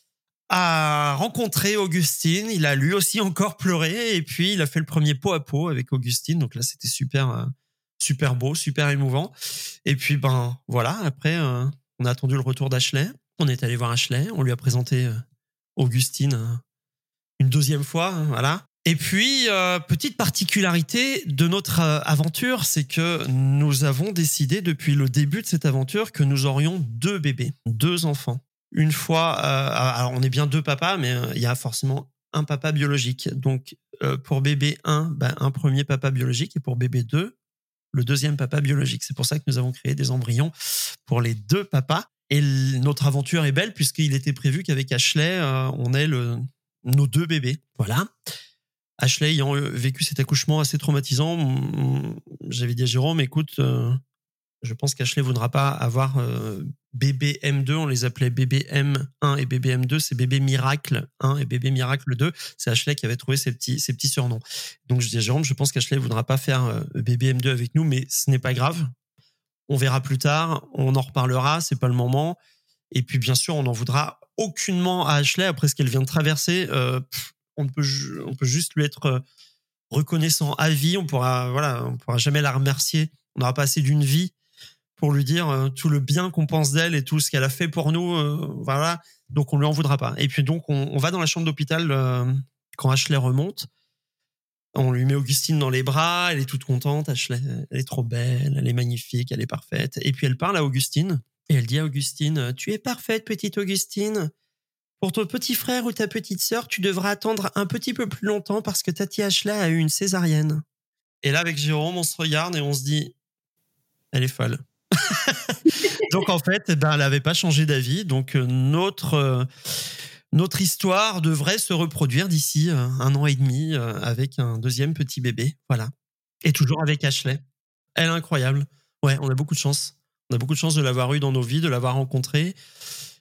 a rencontré Augustine. Il a lui aussi encore pleuré et puis il a fait le premier pot à pot avec Augustine. Donc là, c'était super, super beau, super émouvant. Et puis, ben, voilà. Après, euh, on a attendu le retour d'Ashley. On est allé voir Ashley. On lui a présenté euh, Augustine euh, une deuxième fois. Hein, voilà. Et puis, euh, petite particularité de notre euh, aventure, c'est que nous avons décidé depuis le début de cette aventure que nous aurions deux bébés, deux enfants. Une fois, euh, alors on est bien deux papas, mais euh, il y a forcément un papa biologique. Donc, euh, pour bébé un, ben, un premier papa biologique, et pour bébé deux, le deuxième papa biologique. C'est pour ça que nous avons créé des embryons pour les deux papas. Et l- notre aventure est belle puisqu'il était prévu qu'avec Ashley, euh, on ait le, nos deux bébés. Voilà. Ashley ayant vécu cet accouchement assez traumatisant, j'avais dit à Jérôme, écoute, euh, je pense qu'Ashley voudra pas avoir euh, bébé M deux, on les appelait bébé M un et bébé M deux, c'est bébé miracle un et bébé miracle deux, c'est Ashley qui avait trouvé ces petits, ces petits surnoms. Donc je dis à Jérôme, je pense qu'Ashley voudra pas faire euh, bébé M deux avec nous, mais ce n'est pas grave, on verra plus tard, on en reparlera, c'est pas le moment. Et puis bien sûr, on n'en voudra aucunement à Ashley après ce qu'elle vient de traverser. Euh, pff, on peut, on peut juste lui être reconnaissant à vie. On pourra, voilà, on pourra jamais la remercier. On n'aura pas assez d'une vie pour lui dire euh, tout le bien qu'on pense d'elle et tout ce qu'elle a fait pour nous. Euh, voilà. Donc on lui en voudra pas. Et puis donc on, on va dans la chambre d'hôpital euh, quand Ashley remonte. On lui met Augustine dans les bras. Elle est toute contente. Ashley, elle est trop belle, elle est magnifique, elle est parfaite. Et puis elle parle à Augustine et elle dit à Augustine, tu es parfaite, petite Augustine. Pour ton petit frère ou ta petite sœur, tu devras attendre un petit peu plus longtemps parce que Tati Ashley a eu une césarienne. Et là, avec Jérôme, on se regarde et on se dit, elle est folle. Donc, en fait, ben, elle n'avait pas changé d'avis. Donc, notre, euh, notre histoire devrait se reproduire d'ici euh, un an et demi euh, avec un deuxième petit bébé. Voilà. Et toujours avec Ashley. Elle est incroyable. Ouais, on a beaucoup de chance. On a beaucoup de chance de l'avoir eu dans nos vies, de l'avoir rencontrée.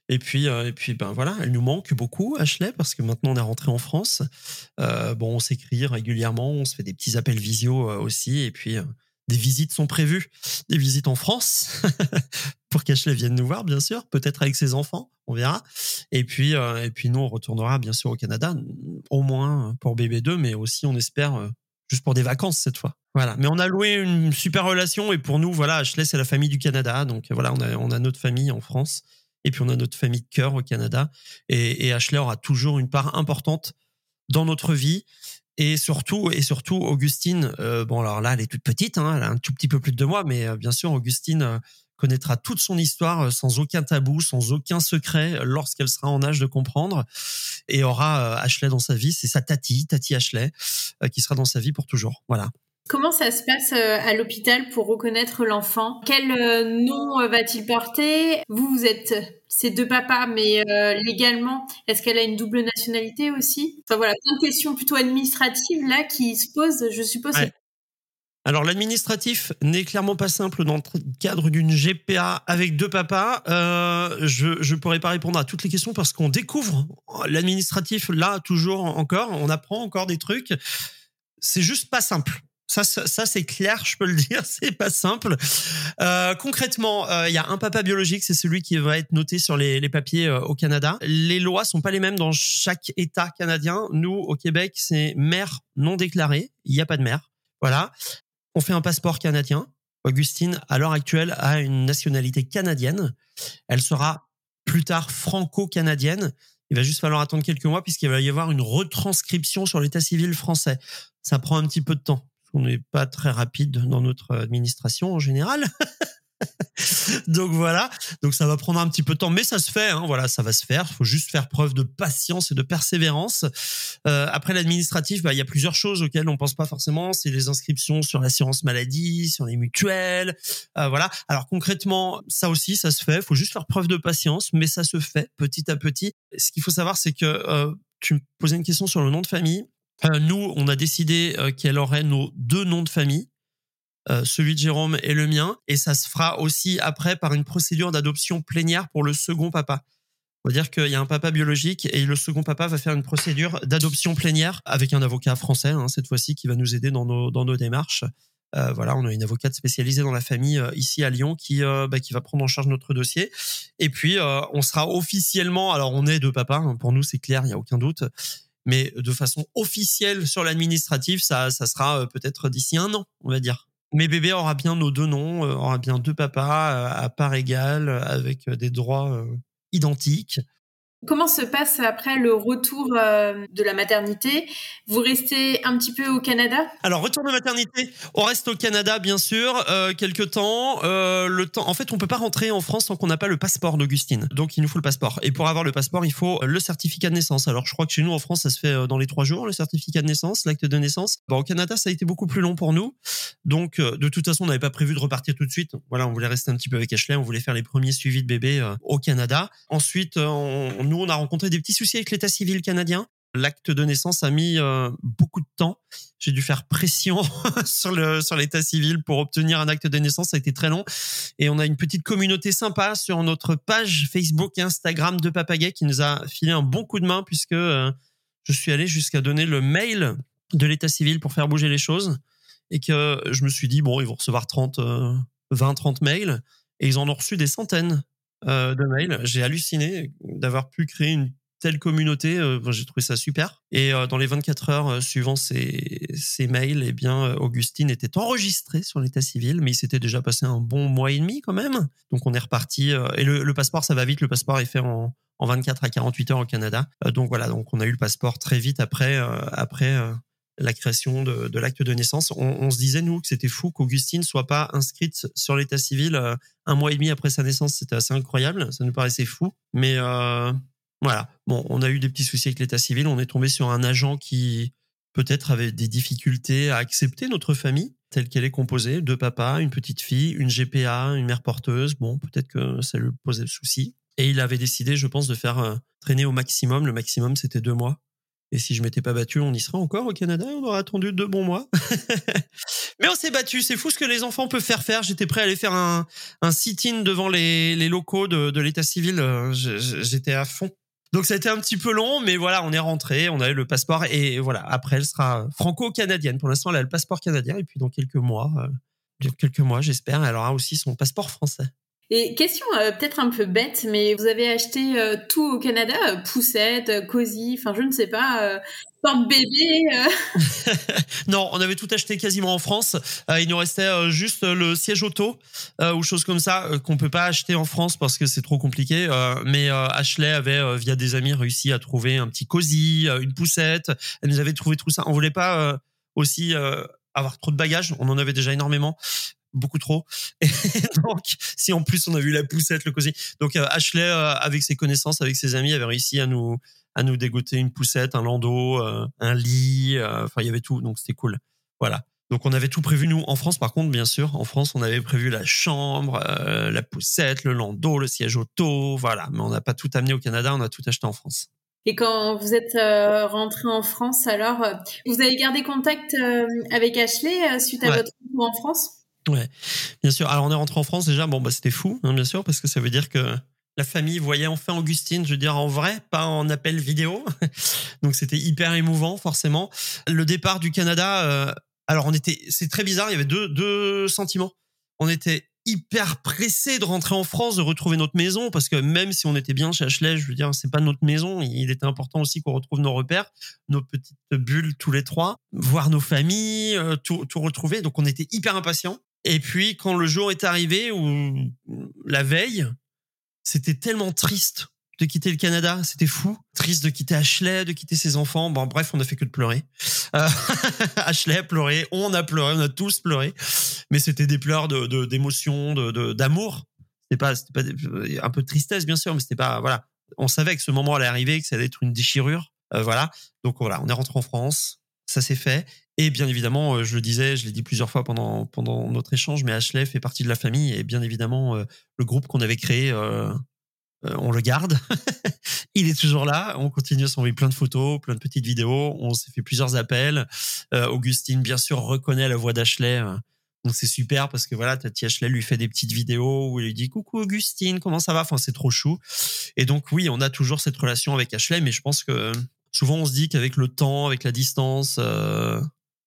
Et puis, euh, et puis, ben voilà, elle nous manque beaucoup, Ashley, parce que maintenant on est rentré en France. Euh, bon, on s'écrit régulièrement, on se fait des petits appels visio euh, aussi, et puis euh, des visites sont prévues, des visites en France pour qu'Ashley vienne nous voir, bien sûr, peut-être avec ses enfants, on verra. Et puis, euh, et puis nous, on retournera bien sûr au Canada, au moins pour bébé deux, mais aussi on espère euh, juste pour des vacances cette fois. Voilà. Mais on a loué une super relation et pour nous, voilà, Ashley, c'est la famille du Canada. Donc voilà, on a, on a notre famille en France et puis on a notre famille de cœur au Canada. Et, et Ashley aura toujours une part importante dans notre vie. Et surtout, et surtout, Augustine, euh, bon, alors là, elle est toute petite, hein, elle a un tout petit peu plus de deux mois, mais euh, bien sûr, Augustine euh, connaîtra toute son histoire euh, sans aucun tabou, sans aucun secret, euh, lorsqu'elle sera en âge de comprendre, et aura euh, Ashley dans sa vie. C'est sa tati, tati Ashley, euh, qui sera dans sa vie pour toujours. Voilà. Comment ça se passe euh, à l'hôpital pour reconnaître l'enfant? Quel euh, nom euh, va-t-il porter? Vous, vous êtes ses deux papas, mais euh, légalement, est-ce qu'elle a une double nationalité aussi? Enfin voilà, plein de questions plutôt administratives là qui se posent, je suppose. Ouais. Alors l'administratif n'est clairement pas simple dans le cadre d'une G P A avec deux papas. Euh, je je pourrais pas répondre à toutes les questions parce qu'on découvre l'administratif là toujours encore. On apprend encore des trucs. C'est juste pas simple. Ça, ça, ça, c'est clair, je peux le dire, c'est pas simple. Euh, concrètement, il euh, y a un papa biologique, c'est celui qui va être noté sur les, les papiers euh, au Canada. Les lois sont pas les mêmes dans chaque État canadien. Nous, au Québec, c'est mère non déclarée. Il y a pas de mère. Voilà. On fait un passeport canadien. Augustine, à l'heure actuelle, a une nationalité canadienne. Elle sera plus tard franco-canadienne. Il va juste falloir attendre quelques mois puisqu'il va y avoir une retranscription sur l'état civil français. Ça prend un petit peu de temps. On n'est pas très rapide dans notre administration en général. Donc voilà, donc ça va prendre un petit peu de temps, mais ça se fait, hein, voilà, ça va se faire. Il faut juste faire preuve de patience et de persévérance. Euh, après l'administratif, bah, il y a plusieurs choses auxquelles on pense pas forcément. C'est les inscriptions sur l'assurance maladie, sur les mutuelles, euh, voilà. Alors concrètement, ça aussi, ça se fait. Il faut juste faire preuve de patience, mais ça se fait petit à petit. Ce qu'il faut savoir, c'est que euh, tu me posais une question sur le nom de famille. Euh, nous, on a décidé euh, qu'elle aurait nos deux noms de famille. Euh, celui de Jérôme et le mien, et ça se fera aussi après par une procédure d'adoption plénière pour le second papa. On va dire qu'il y a un papa biologique et le second papa va faire une procédure d'adoption plénière avec un avocat français, hein, cette fois-ci, qui va nous aider dans nos, dans nos démarches. Euh, voilà, on a une avocate spécialisée dans la famille euh, ici à Lyon qui, euh, bah, qui va prendre en charge notre dossier. Et puis, euh, on sera officiellement, alors on est deux papas, hein, pour nous c'est clair, il n'y a aucun doute, mais de façon officielle sur l'administratif, ça, ça sera euh, peut-être d'ici un an, on va dire. Mais bébé aura bien nos deux noms, euh, aura bien deux papas euh, à part égale, euh, avec euh, des droits euh, identiques. Comment se passe après le retour euh, de la maternité? Vous restez un petit peu au Canada? Alors, retour de maternité, on reste au Canada, bien sûr, euh, quelques temps. Euh, le temps. En fait, on peut pas rentrer en France tant qu'on n'a pas le passeport d'Augustine. Donc, il nous faut le passeport. Et pour avoir le passeport, il faut le certificat de naissance. Alors, je crois que chez nous, en France, ça se fait dans les trois jours, le certificat de naissance, l'acte de naissance. Bon, au Canada, ça a été beaucoup plus long pour nous. Donc, euh, de toute façon, on n'avait pas prévu de repartir tout de suite. Voilà, on voulait rester un petit peu avec Ashley. On voulait faire les premiers suivis de bébé euh, au Canada. Ensuite, euh, on, nous, on a rencontré des petits soucis avec l'état civil canadien. L'acte de naissance a mis euh, beaucoup de temps. J'ai dû faire pression sur le sur l'état civil pour obtenir un acte de naissance. Ça a été très long. Et on a une petite communauté sympa sur notre page Facebook et Instagram de Papagay qui nous a filé un bon coup de main puisque euh, je suis allé jusqu'à donner le mail de l'état civil pour faire bouger les choses. Et que je me suis dit, bon, ils vont recevoir trente, euh, vingt, trente mails. Et ils en ont reçu des centaines euh, de mails. J'ai halluciné d'avoir pu créer une telle communauté. Euh, j'ai trouvé ça super. Et euh, dans les vingt-quatre heures euh, suivant ces, ces mails, eh bien, euh, Augustine était enregistrée sur l'état civil, mais il s'était déjà passé un bon mois et demi quand même. Donc on est reparti. Euh, et le, le passeport, ça va vite. Le passeport est fait en, en vingt-quatre à quarante-huit heures au Canada. Euh, donc voilà, donc on a eu le passeport très vite après, euh, après euh, la création de, de l'acte de naissance. On, on se disait, nous, que c'était fou qu'Augustine soit pas inscrite sur l'état civil euh, un mois et demi après sa naissance. C'était assez incroyable. Ça nous paraissait fou. Mais euh, voilà. Bon, on a eu des petits soucis avec l'état civil. On est tombé sur un agent qui, peut-être, avait des difficultés à accepter notre famille telle qu'elle est composée. Deux papas, une petite fille, une G P A, une mère porteuse. Bon, peut-être que ça lui posait souci. Et il avait décidé, je pense, de faire euh, traîner au maximum. Le maximum, c'était deux mois. Et si je m'étais pas battu, on y serait encore au Canada. On aurait attendu deux bons mois. Mais on s'est battu. C'est fou ce que les enfants peuvent faire faire. J'étais prêt à aller faire un, un sit-in devant les, les locaux de, de l'état civil. J'étais à fond. Donc ça a été un petit peu long, mais voilà, on est rentré, on a eu le passeport et voilà. Après, elle sera franco-canadienne. Pour l'instant, elle a le passeport canadien et puis dans quelques mois, euh, dans quelques mois, j'espère, elle aura aussi son passeport français. Et question euh, peut-être un peu bête, mais vous avez acheté euh, tout au Canada, euh, poussette, euh, cosy, enfin je ne sais pas, euh, porte-bébé. Euh... Non, on avait tout acheté quasiment en France. Euh, il nous restait euh, juste le siège auto euh, ou choses comme ça euh, qu'on peut pas acheter en France parce que c'est trop compliqué. Euh, mais euh, Ashley avait euh, via des amis réussi à trouver un petit cosy, euh, une poussette. Elle nous avait trouvé tout ça. On voulait pas euh, aussi euh, avoir trop de bagages. On en avait déjà énormément. Beaucoup trop. Et donc, si en plus on a vu la poussette, le cosy. Donc, euh, Ashley, euh, avec ses connaissances, avec ses amis, avait réussi à nous, à nous dégoter une poussette, un landau, euh, un lit. Enfin, euh, il y avait tout. Donc, c'était cool. Voilà. Donc, on avait tout prévu, nous. En France, par contre, bien sûr, en France, on avait prévu la chambre, euh, la poussette, le landau, le siège auto. Voilà. Mais on n'a pas tout amené au Canada. On a tout acheté en France. Et quand vous êtes euh, rentré en France, alors, euh, vous avez gardé contact euh, avec Ashley euh, suite à ouais. votre retour en France ? Ouais, bien sûr. Alors on est rentré en France déjà. Bon bah c'était fou, hein, bien sûr, parce que ça veut dire que la famille voyait enfin Augustine. Je veux dire en vrai, pas en appel vidéo. Donc c'était hyper émouvant, forcément. Le départ du Canada. Euh, alors on était, c'est très bizarre. Il y avait deux deux sentiments. On était hyper pressés de rentrer en France, de retrouver notre maison, parce que même si on était bien chez Ashley, je veux dire, c'est pas notre maison. Il était important aussi qu'on retrouve nos repères, nos petites bulles tous les trois, voir nos familles, euh, tout tout retrouver. Donc on était hyper impatients. Et puis, quand le jour est arrivé, ou la veille, c'était tellement triste de quitter le Canada. C'était fou. Triste de quitter Ashley, de quitter ses enfants. Bon, bref, on a fait que de pleurer. Euh, Ashley a pleuré, on a pleuré, on a tous pleuré. Mais c'était des pleurs de, de, d'émotion, de, de, d'amour. C'était pas, c'était pas un peu de tristesse, bien sûr, mais c'était pas, voilà. On savait que ce moment allait arriver, que ça allait être une déchirure. Euh, voilà. Donc voilà, on est rentré en France. Ça s'est fait. Et bien évidemment, je le disais, je l'ai dit plusieurs fois pendant pendant notre échange, mais Ashley fait partie de la famille et bien évidemment, euh, le groupe qu'on avait créé, euh, euh, on le garde. Il est toujours là. On continue à s'envoyer plein de photos, plein de petites vidéos. On s'est fait plusieurs appels. Euh, Augustine, bien sûr, reconnaît la voix d'Ashley. Euh, donc c'est super parce que voilà, Tati Ashley lui fait des petites vidéos où elle lui dit coucou Augustine, comment ça va ? Enfin, c'est trop chou. Et donc oui, on a toujours cette relation avec Ashley, mais je pense que souvent on se dit qu'avec le temps, avec la distance, euh,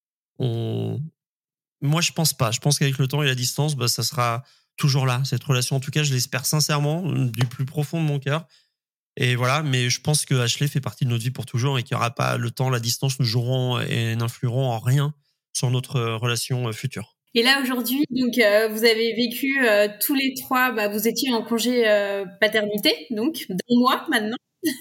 on... moi je pense pas. Je pense qu'avec le temps et la distance, bah, ça sera toujours là, cette relation. En tout cas, je l'espère sincèrement, du plus profond de mon cœur. Et voilà, mais je pense que Ashley fait partie de notre vie pour toujours et qu'il n'y aura pas le temps, la distance ne joueront et n'influeront en rien sur notre relation future. Et là aujourd'hui, donc euh, vous avez vécu euh, tous les trois, bah, vous étiez en congé euh, paternité, donc d'un mois maintenant.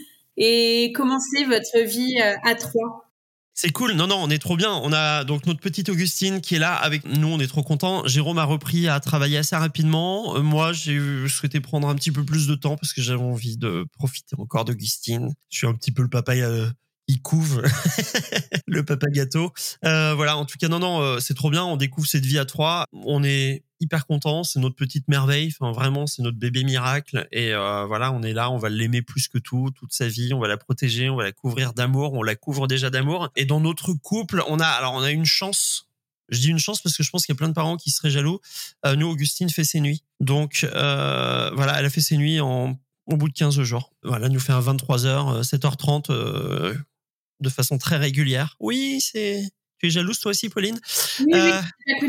Et comment c'est votre vie euh, à trois ? C'est cool. Non, non, on est trop bien. On a donc notre petite Augustine qui est là avec nous. On est trop contents. Jérôme a repris à travailler assez rapidement. Euh, moi, j'ai souhaité prendre un petit peu plus de temps parce que j'avais envie de profiter encore d'Augustine. Je suis un petit peu le papa euh, qui couve, le papa gâteau. Euh, voilà. En tout cas, non, non, euh, c'est trop bien. On découvre cette vie à trois. On est hyper contents. C'est notre petite merveille. Enfin, vraiment, c'est notre bébé miracle. Et euh, voilà, on est là. On va l'aimer plus que tout, toute sa vie. On va la protéger. On va la couvrir d'amour. On la couvre déjà d'amour. Et dans notre couple, on a, alors, on a une chance. Je dis une chance parce que je pense qu'il y a plein de parents qui seraient jaloux. Euh, nous, Augustine fait ses nuits. Donc, euh, voilà, elle a fait ses nuits en, au bout de quinze jours. Voilà, elle nous fait un vingt-trois heures, sept heures trente, euh, de façon très régulière. Oui, c'est... Tu es jalouse toi aussi, Pauline ? Oui, euh... oui.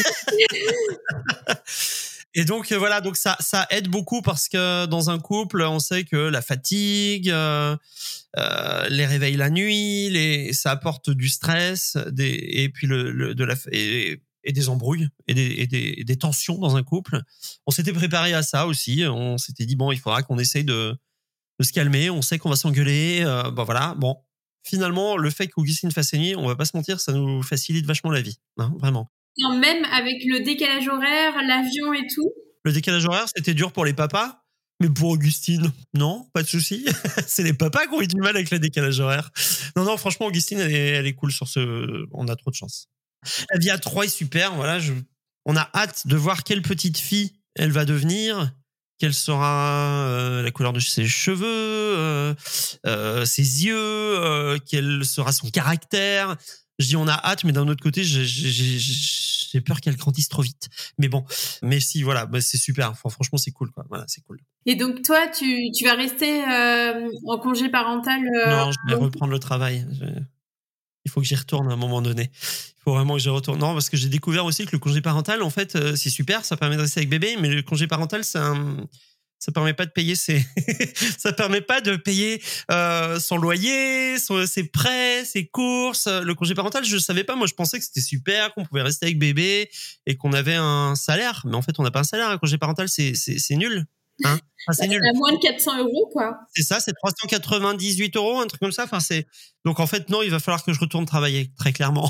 Et donc euh, voilà, donc ça ça aide beaucoup parce que dans un couple, on sait que la fatigue, euh, euh, les réveils la nuit, les ça apporte du stress, des et puis le, le de la et, et des embrouilles et des, et des et des tensions dans un couple. On s'était préparé à ça aussi. On s'était dit bon, il faudra qu'on essaye de de se calmer. On sait qu'on va s'engueuler. Euh, bon voilà, bon. Finalement, le fait qu'Augustine fasse ses nuits, on va pas se mentir, ça nous facilite vachement la vie, hein, vraiment. Non, même avec le décalage horaire, l'avion et tout. Le décalage horaire, c'était dur pour les papas, mais pour Augustine, non, pas de souci. C'est les papas qui ont eu du mal avec le décalage horaire. Non, non, franchement, Augustine, elle est, elle est cool sur ce. On a trop de chance. La vie à trois est super. Voilà, je... on a hâte de voir quelle petite fille elle va devenir, quelle sera euh, la couleur de ses cheveux, euh, euh, ses yeux, euh, quel sera son caractère. Je dis on a hâte, mais d'un autre côté, j'ai, j'ai, j'ai, j'ai peur qu'elle grandisse trop vite. Mais bon, mais si, voilà, bah, c'est super. Enfin, franchement, c'est cool, quoi. Voilà, c'est cool. Et donc toi, tu, tu vas rester euh, en congé parental euh, Non, je vais reprendre le travail. Je... Il faut que j'y retourne à un moment donné. Il faut vraiment que j'y retourne. Non, parce que j'ai découvert aussi que le congé parental, en fait, euh, c'est super, ça permet de rester avec bébé, mais le congé parental, c'est un... ça permet pas de payer ses, ça permet pas de payer euh, son loyer, son, ses prêts, ses courses. Le congé parental, je savais pas. Moi, je pensais que c'était super, qu'on pouvait rester avec bébé et qu'on avait un salaire. Mais en fait, on n'a pas un salaire. Un congé parental, c'est c'est, c'est nul. Hein, enfin, c'est bah, nul. à moins de quatre cents euros, quoi. C'est ça, c'est trois cent quatre-vingt-dix-huit euros, un truc comme ça. Enfin, c'est donc en fait non, il va falloir que je retourne travailler très clairement.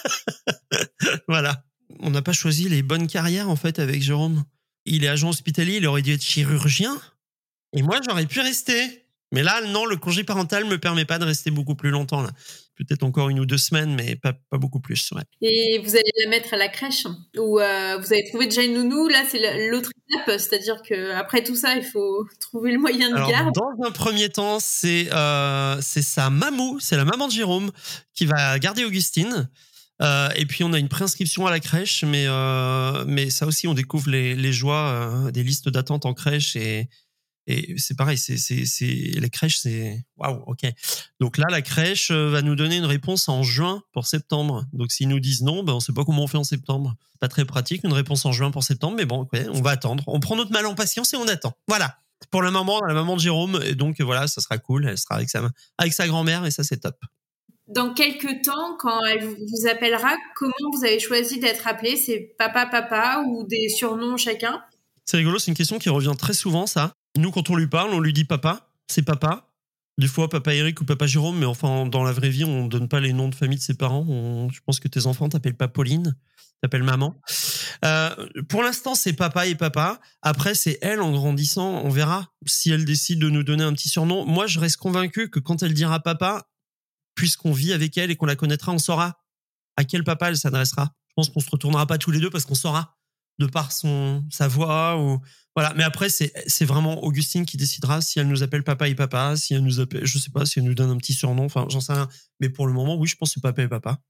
Voilà. On n'a pas choisi les bonnes carrières en fait avec Jérôme. Il est agent hospitalier, il aurait dû être chirurgien. Et moi, j'aurais pu rester. Mais là, non, le congé parental me permet pas de rester beaucoup plus longtemps. Là. Peut-être encore une ou deux semaines, mais pas, pas beaucoup plus. Ouais. Et vous allez la mettre à la crèche ou euh, vous avez trouvé déjà une nounou. Là, c'est l'autre étape, c'est-à-dire que après tout ça, il faut trouver le moyen de Alors, garde. dans un premier temps, c'est euh, c'est sa mamou, c'est la maman de Jérôme qui va garder Augustine. Euh, et puis on a une préinscription à la crèche, mais euh, mais ça aussi, on découvre les les joies euh, des listes d'attente en crèche et Et c'est pareil, c'est, c'est, c'est, les crèches, c'est, waouh, ok. Donc là, la crèche va nous donner une réponse en juin pour septembre. Donc s'ils nous disent non, ben on sait pas comment on fait en septembre. C'est pas très pratique, une réponse en juin pour septembre, mais bon, okay, on va attendre. On prend notre mal en patience et on attend. Voilà. Pour le moment, la maman de Jérôme, et donc voilà, ça sera cool. Elle sera avec sa, avec sa grand-mère et ça, c'est top. Dans quelques temps, quand elle vous appellera, comment vous avez choisi d'être appelé? C'est papa, papa ou des surnoms chacun? C'est rigolo, c'est une question qui revient très souvent, ça. Nous, quand on lui parle, on lui dit papa, c'est papa. Des fois, papa Eric ou papa Jérôme, mais enfin, dans la vraie vie, on donne pas les noms de famille de ses parents. On, je pense que tes enfants t'appellent pas Pauline, t'appellent maman. Euh, pour l'instant, c'est papa et papa. Après, c'est elle, en grandissant, on verra si elle décide de nous donner un petit surnom. Moi, je reste convaincu que quand elle dira papa, puisqu'on vit avec elle et qu'on la connaîtra, on saura à quel papa elle s'adressera. Je pense qu'on se retournera pas tous les deux parce qu'on saura de par son sa voix ou voilà. Mais après, c'est c'est vraiment Augustine qui décidera si elle nous appelle papa et papa, si elle nous appelle, je sais pas, si elle nous donne un petit surnom. Enfin, j'en sais rien. Mais pour le moment, oui, je pense que c'est papa et papa.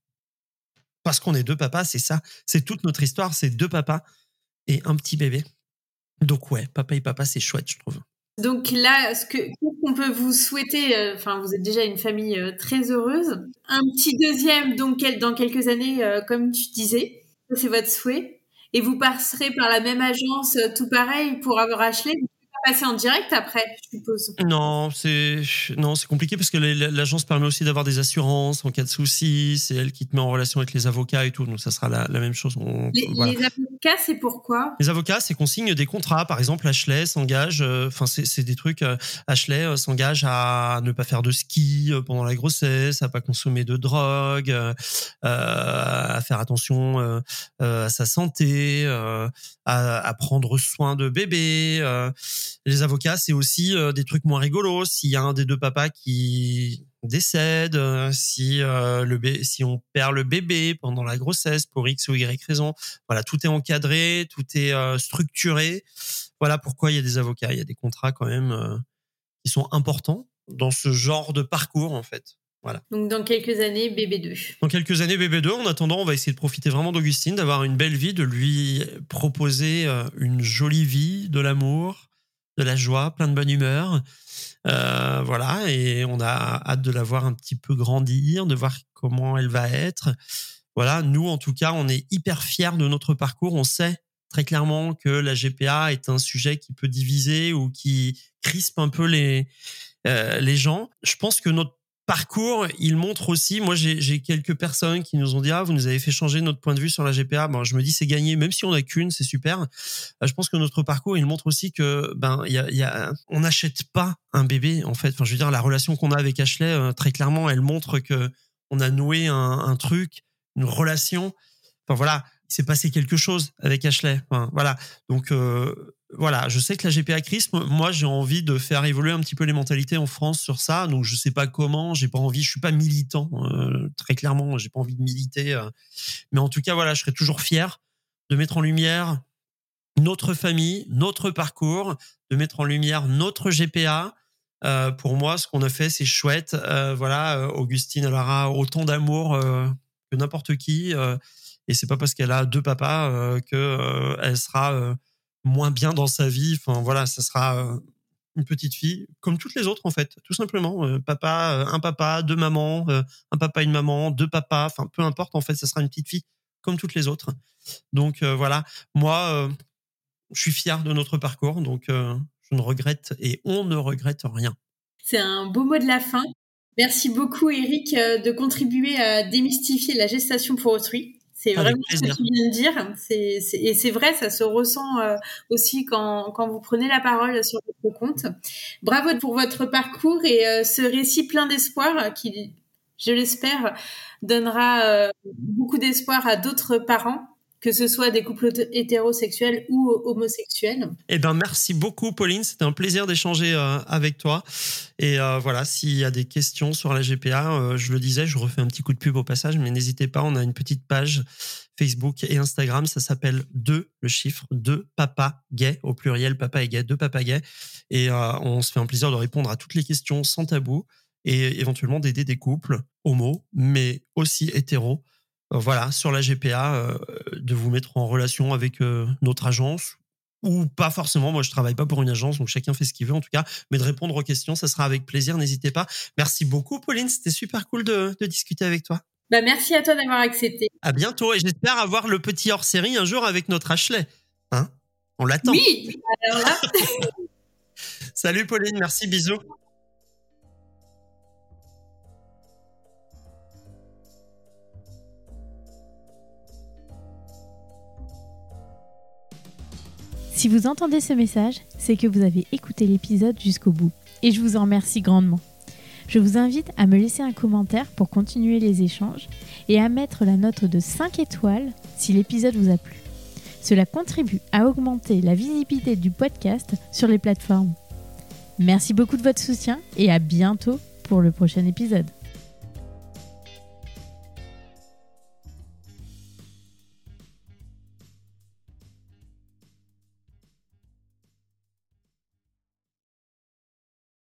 Parce qu'on est deux papas, c'est ça. C'est toute notre histoire, c'est deux papas et un petit bébé. Donc ouais, papa et papa, c'est chouette, je trouve. Donc là, ce que qu'est-ce qu'on peut vous souhaiter? Enfin, vous êtes déjà une famille euh, très heureuse. Un petit deuxième, donc quel- dans quelques années, euh, comme tu disais, ça c'est votre souhait. Et vous passerez par la même agence, euh, tout pareil, pour avoir acheté. Vous pouvez pas passer en direct après, je suppose. Non, c'est non, c'est compliqué parce que l'agence permet aussi d'avoir des assurances en cas de souci. C'est elle qui te met en relation avec les avocats et tout, donc ça sera la, la même chose. On, Les, voilà. les avocats, c'est pourquoi? Les avocats, c'est qu'on signe des contrats. Par exemple, Ashley s'engage. Enfin, euh, c'est, c'est des trucs. Euh, Ashley euh, s'engage à ne pas faire de ski euh, pendant la grossesse, à pas consommer de drogue, euh, à faire attention euh, euh, à sa santé, euh, à, à prendre soin de bébé. Euh, les avocats, c'est aussi euh, des trucs moins rigolos. S'il y a un des deux papas qui décède, euh, si euh, le bé- si on perd le bébé pendant la grossesse pour X ou Y raison, voilà, tout est encadré, tout est euh, structuré. Voilà pourquoi il y a des avocats, il y a des contrats quand même euh, qui sont importants dans ce genre de parcours en fait. Voilà. Donc dans quelques années, bébé deux. Dans quelques années, bébé deux. En attendant, on va essayer de profiter vraiment d'Augustine, d'avoir une belle vie, de lui proposer euh, une jolie vie, de l'amour, de la joie, plein de bonne humeur. Euh, voilà, et on a hâte de la voir un petit peu grandir, de voir comment elle va être. Voilà, nous en tout cas, on est hyper fiers de notre parcours. On sait très clairement que la G P A est un sujet qui peut diviser ou qui crispe un peu les euh, les gens. Je pense que notre parcours, il montre aussi, moi j'ai, j'ai quelques personnes qui nous ont dit ah vous nous avez fait changer notre point de vue sur la G P A. Bon, je me dis c'est gagné, même si on a qu'une, c'est super. Euh, je pense que notre parcours, il montre aussi que ben il y a, y a, on n'achète pas un bébé en fait. Enfin je veux dire la relation qu'on a avec Ashley, euh, très clairement, elle montre que on a noué un, un truc, une relation. Enfin voilà, il s'est passé quelque chose avec Ashley. Enfin, voilà, donc. Euh, Voilà, je sais que la G P A crispe. Moi, j'ai envie de faire évoluer un petit peu les mentalités en France sur ça. Donc, je sais pas comment. J'ai pas envie. Je suis pas militant, euh, très clairement. J'ai pas envie de militer. Euh, mais en tout cas, voilà, je serais toujours fier de mettre en lumière notre famille, notre parcours, de mettre en lumière notre G P A. Euh, pour moi, ce qu'on a fait, c'est chouette. Euh, voilà, Augustine, elle aura autant d'amour euh, que n'importe qui. Euh, et c'est pas parce qu'elle a deux papas euh, que euh, elle sera euh, moins bien dans sa vie. Enfin voilà, ça sera euh, une petite fille comme toutes les autres en fait, tout simplement. Euh, papa, euh, un papa, deux mamans, euh, un papa, une maman, deux papas. Enfin peu importe en fait, ça sera une petite fille comme toutes les autres. Donc euh, voilà, moi, euh, je suis fier de notre parcours, donc euh, je ne regrette et on ne regrette rien. C'est un beau mot de la fin. Merci beaucoup, Eric, de contribuer à démystifier la gestation pour autrui. C'est Avec vraiment plaisir. ce que tu viens de dire. C'est, c'est, et c'est vrai, ça se ressent euh, aussi quand, quand vous prenez la parole sur votre compte. Bravo pour votre parcours et euh, ce récit plein d'espoir qui, je l'espère, donnera euh, beaucoup d'espoir à d'autres parents, que ce soit des couples hétérosexuels ou homosexuels. Eh ben, merci beaucoup, Pauline. C'était un plaisir d'échanger euh, avec toi. Et euh, voilà, s'il y a des questions sur la G P A, euh, je le disais, je refais un petit coup de pub au passage, mais n'hésitez pas, on a une petite page Facebook et Instagram. Ça s'appelle deux, le chiffre, deux papa gay, au pluriel, papa et gay, deux papa gay. Et euh, on se fait un plaisir de répondre à toutes les questions sans tabou et éventuellement d'aider des couples homo, mais aussi hétéros. Voilà, sur la G P A, euh, de vous mettre en relation avec euh, notre agence ou pas forcément. Moi, je travaille pas pour une agence, donc chacun fait ce qu'il veut en tout cas. Mais de répondre aux questions, ça sera avec plaisir. N'hésitez pas. Merci beaucoup, Pauline. C'était super cool de, de discuter avec toi. Bah, merci à toi d'avoir accepté. À bientôt et j'espère avoir le petit hors-série un jour avec notre Ashley. Hein ? On l'attend. Oui, alors là. Salut, Pauline. Merci. Bisous. Si vous entendez ce message, c'est que vous avez écouté l'épisode jusqu'au bout. Et je vous en remercie grandement. Je vous invite à me laisser un commentaire pour continuer les échanges et à mettre la note de cinq étoiles si l'épisode vous a plu. Cela contribue à augmenter la visibilité du podcast sur les plateformes. Merci beaucoup de votre soutien et à bientôt pour le prochain épisode.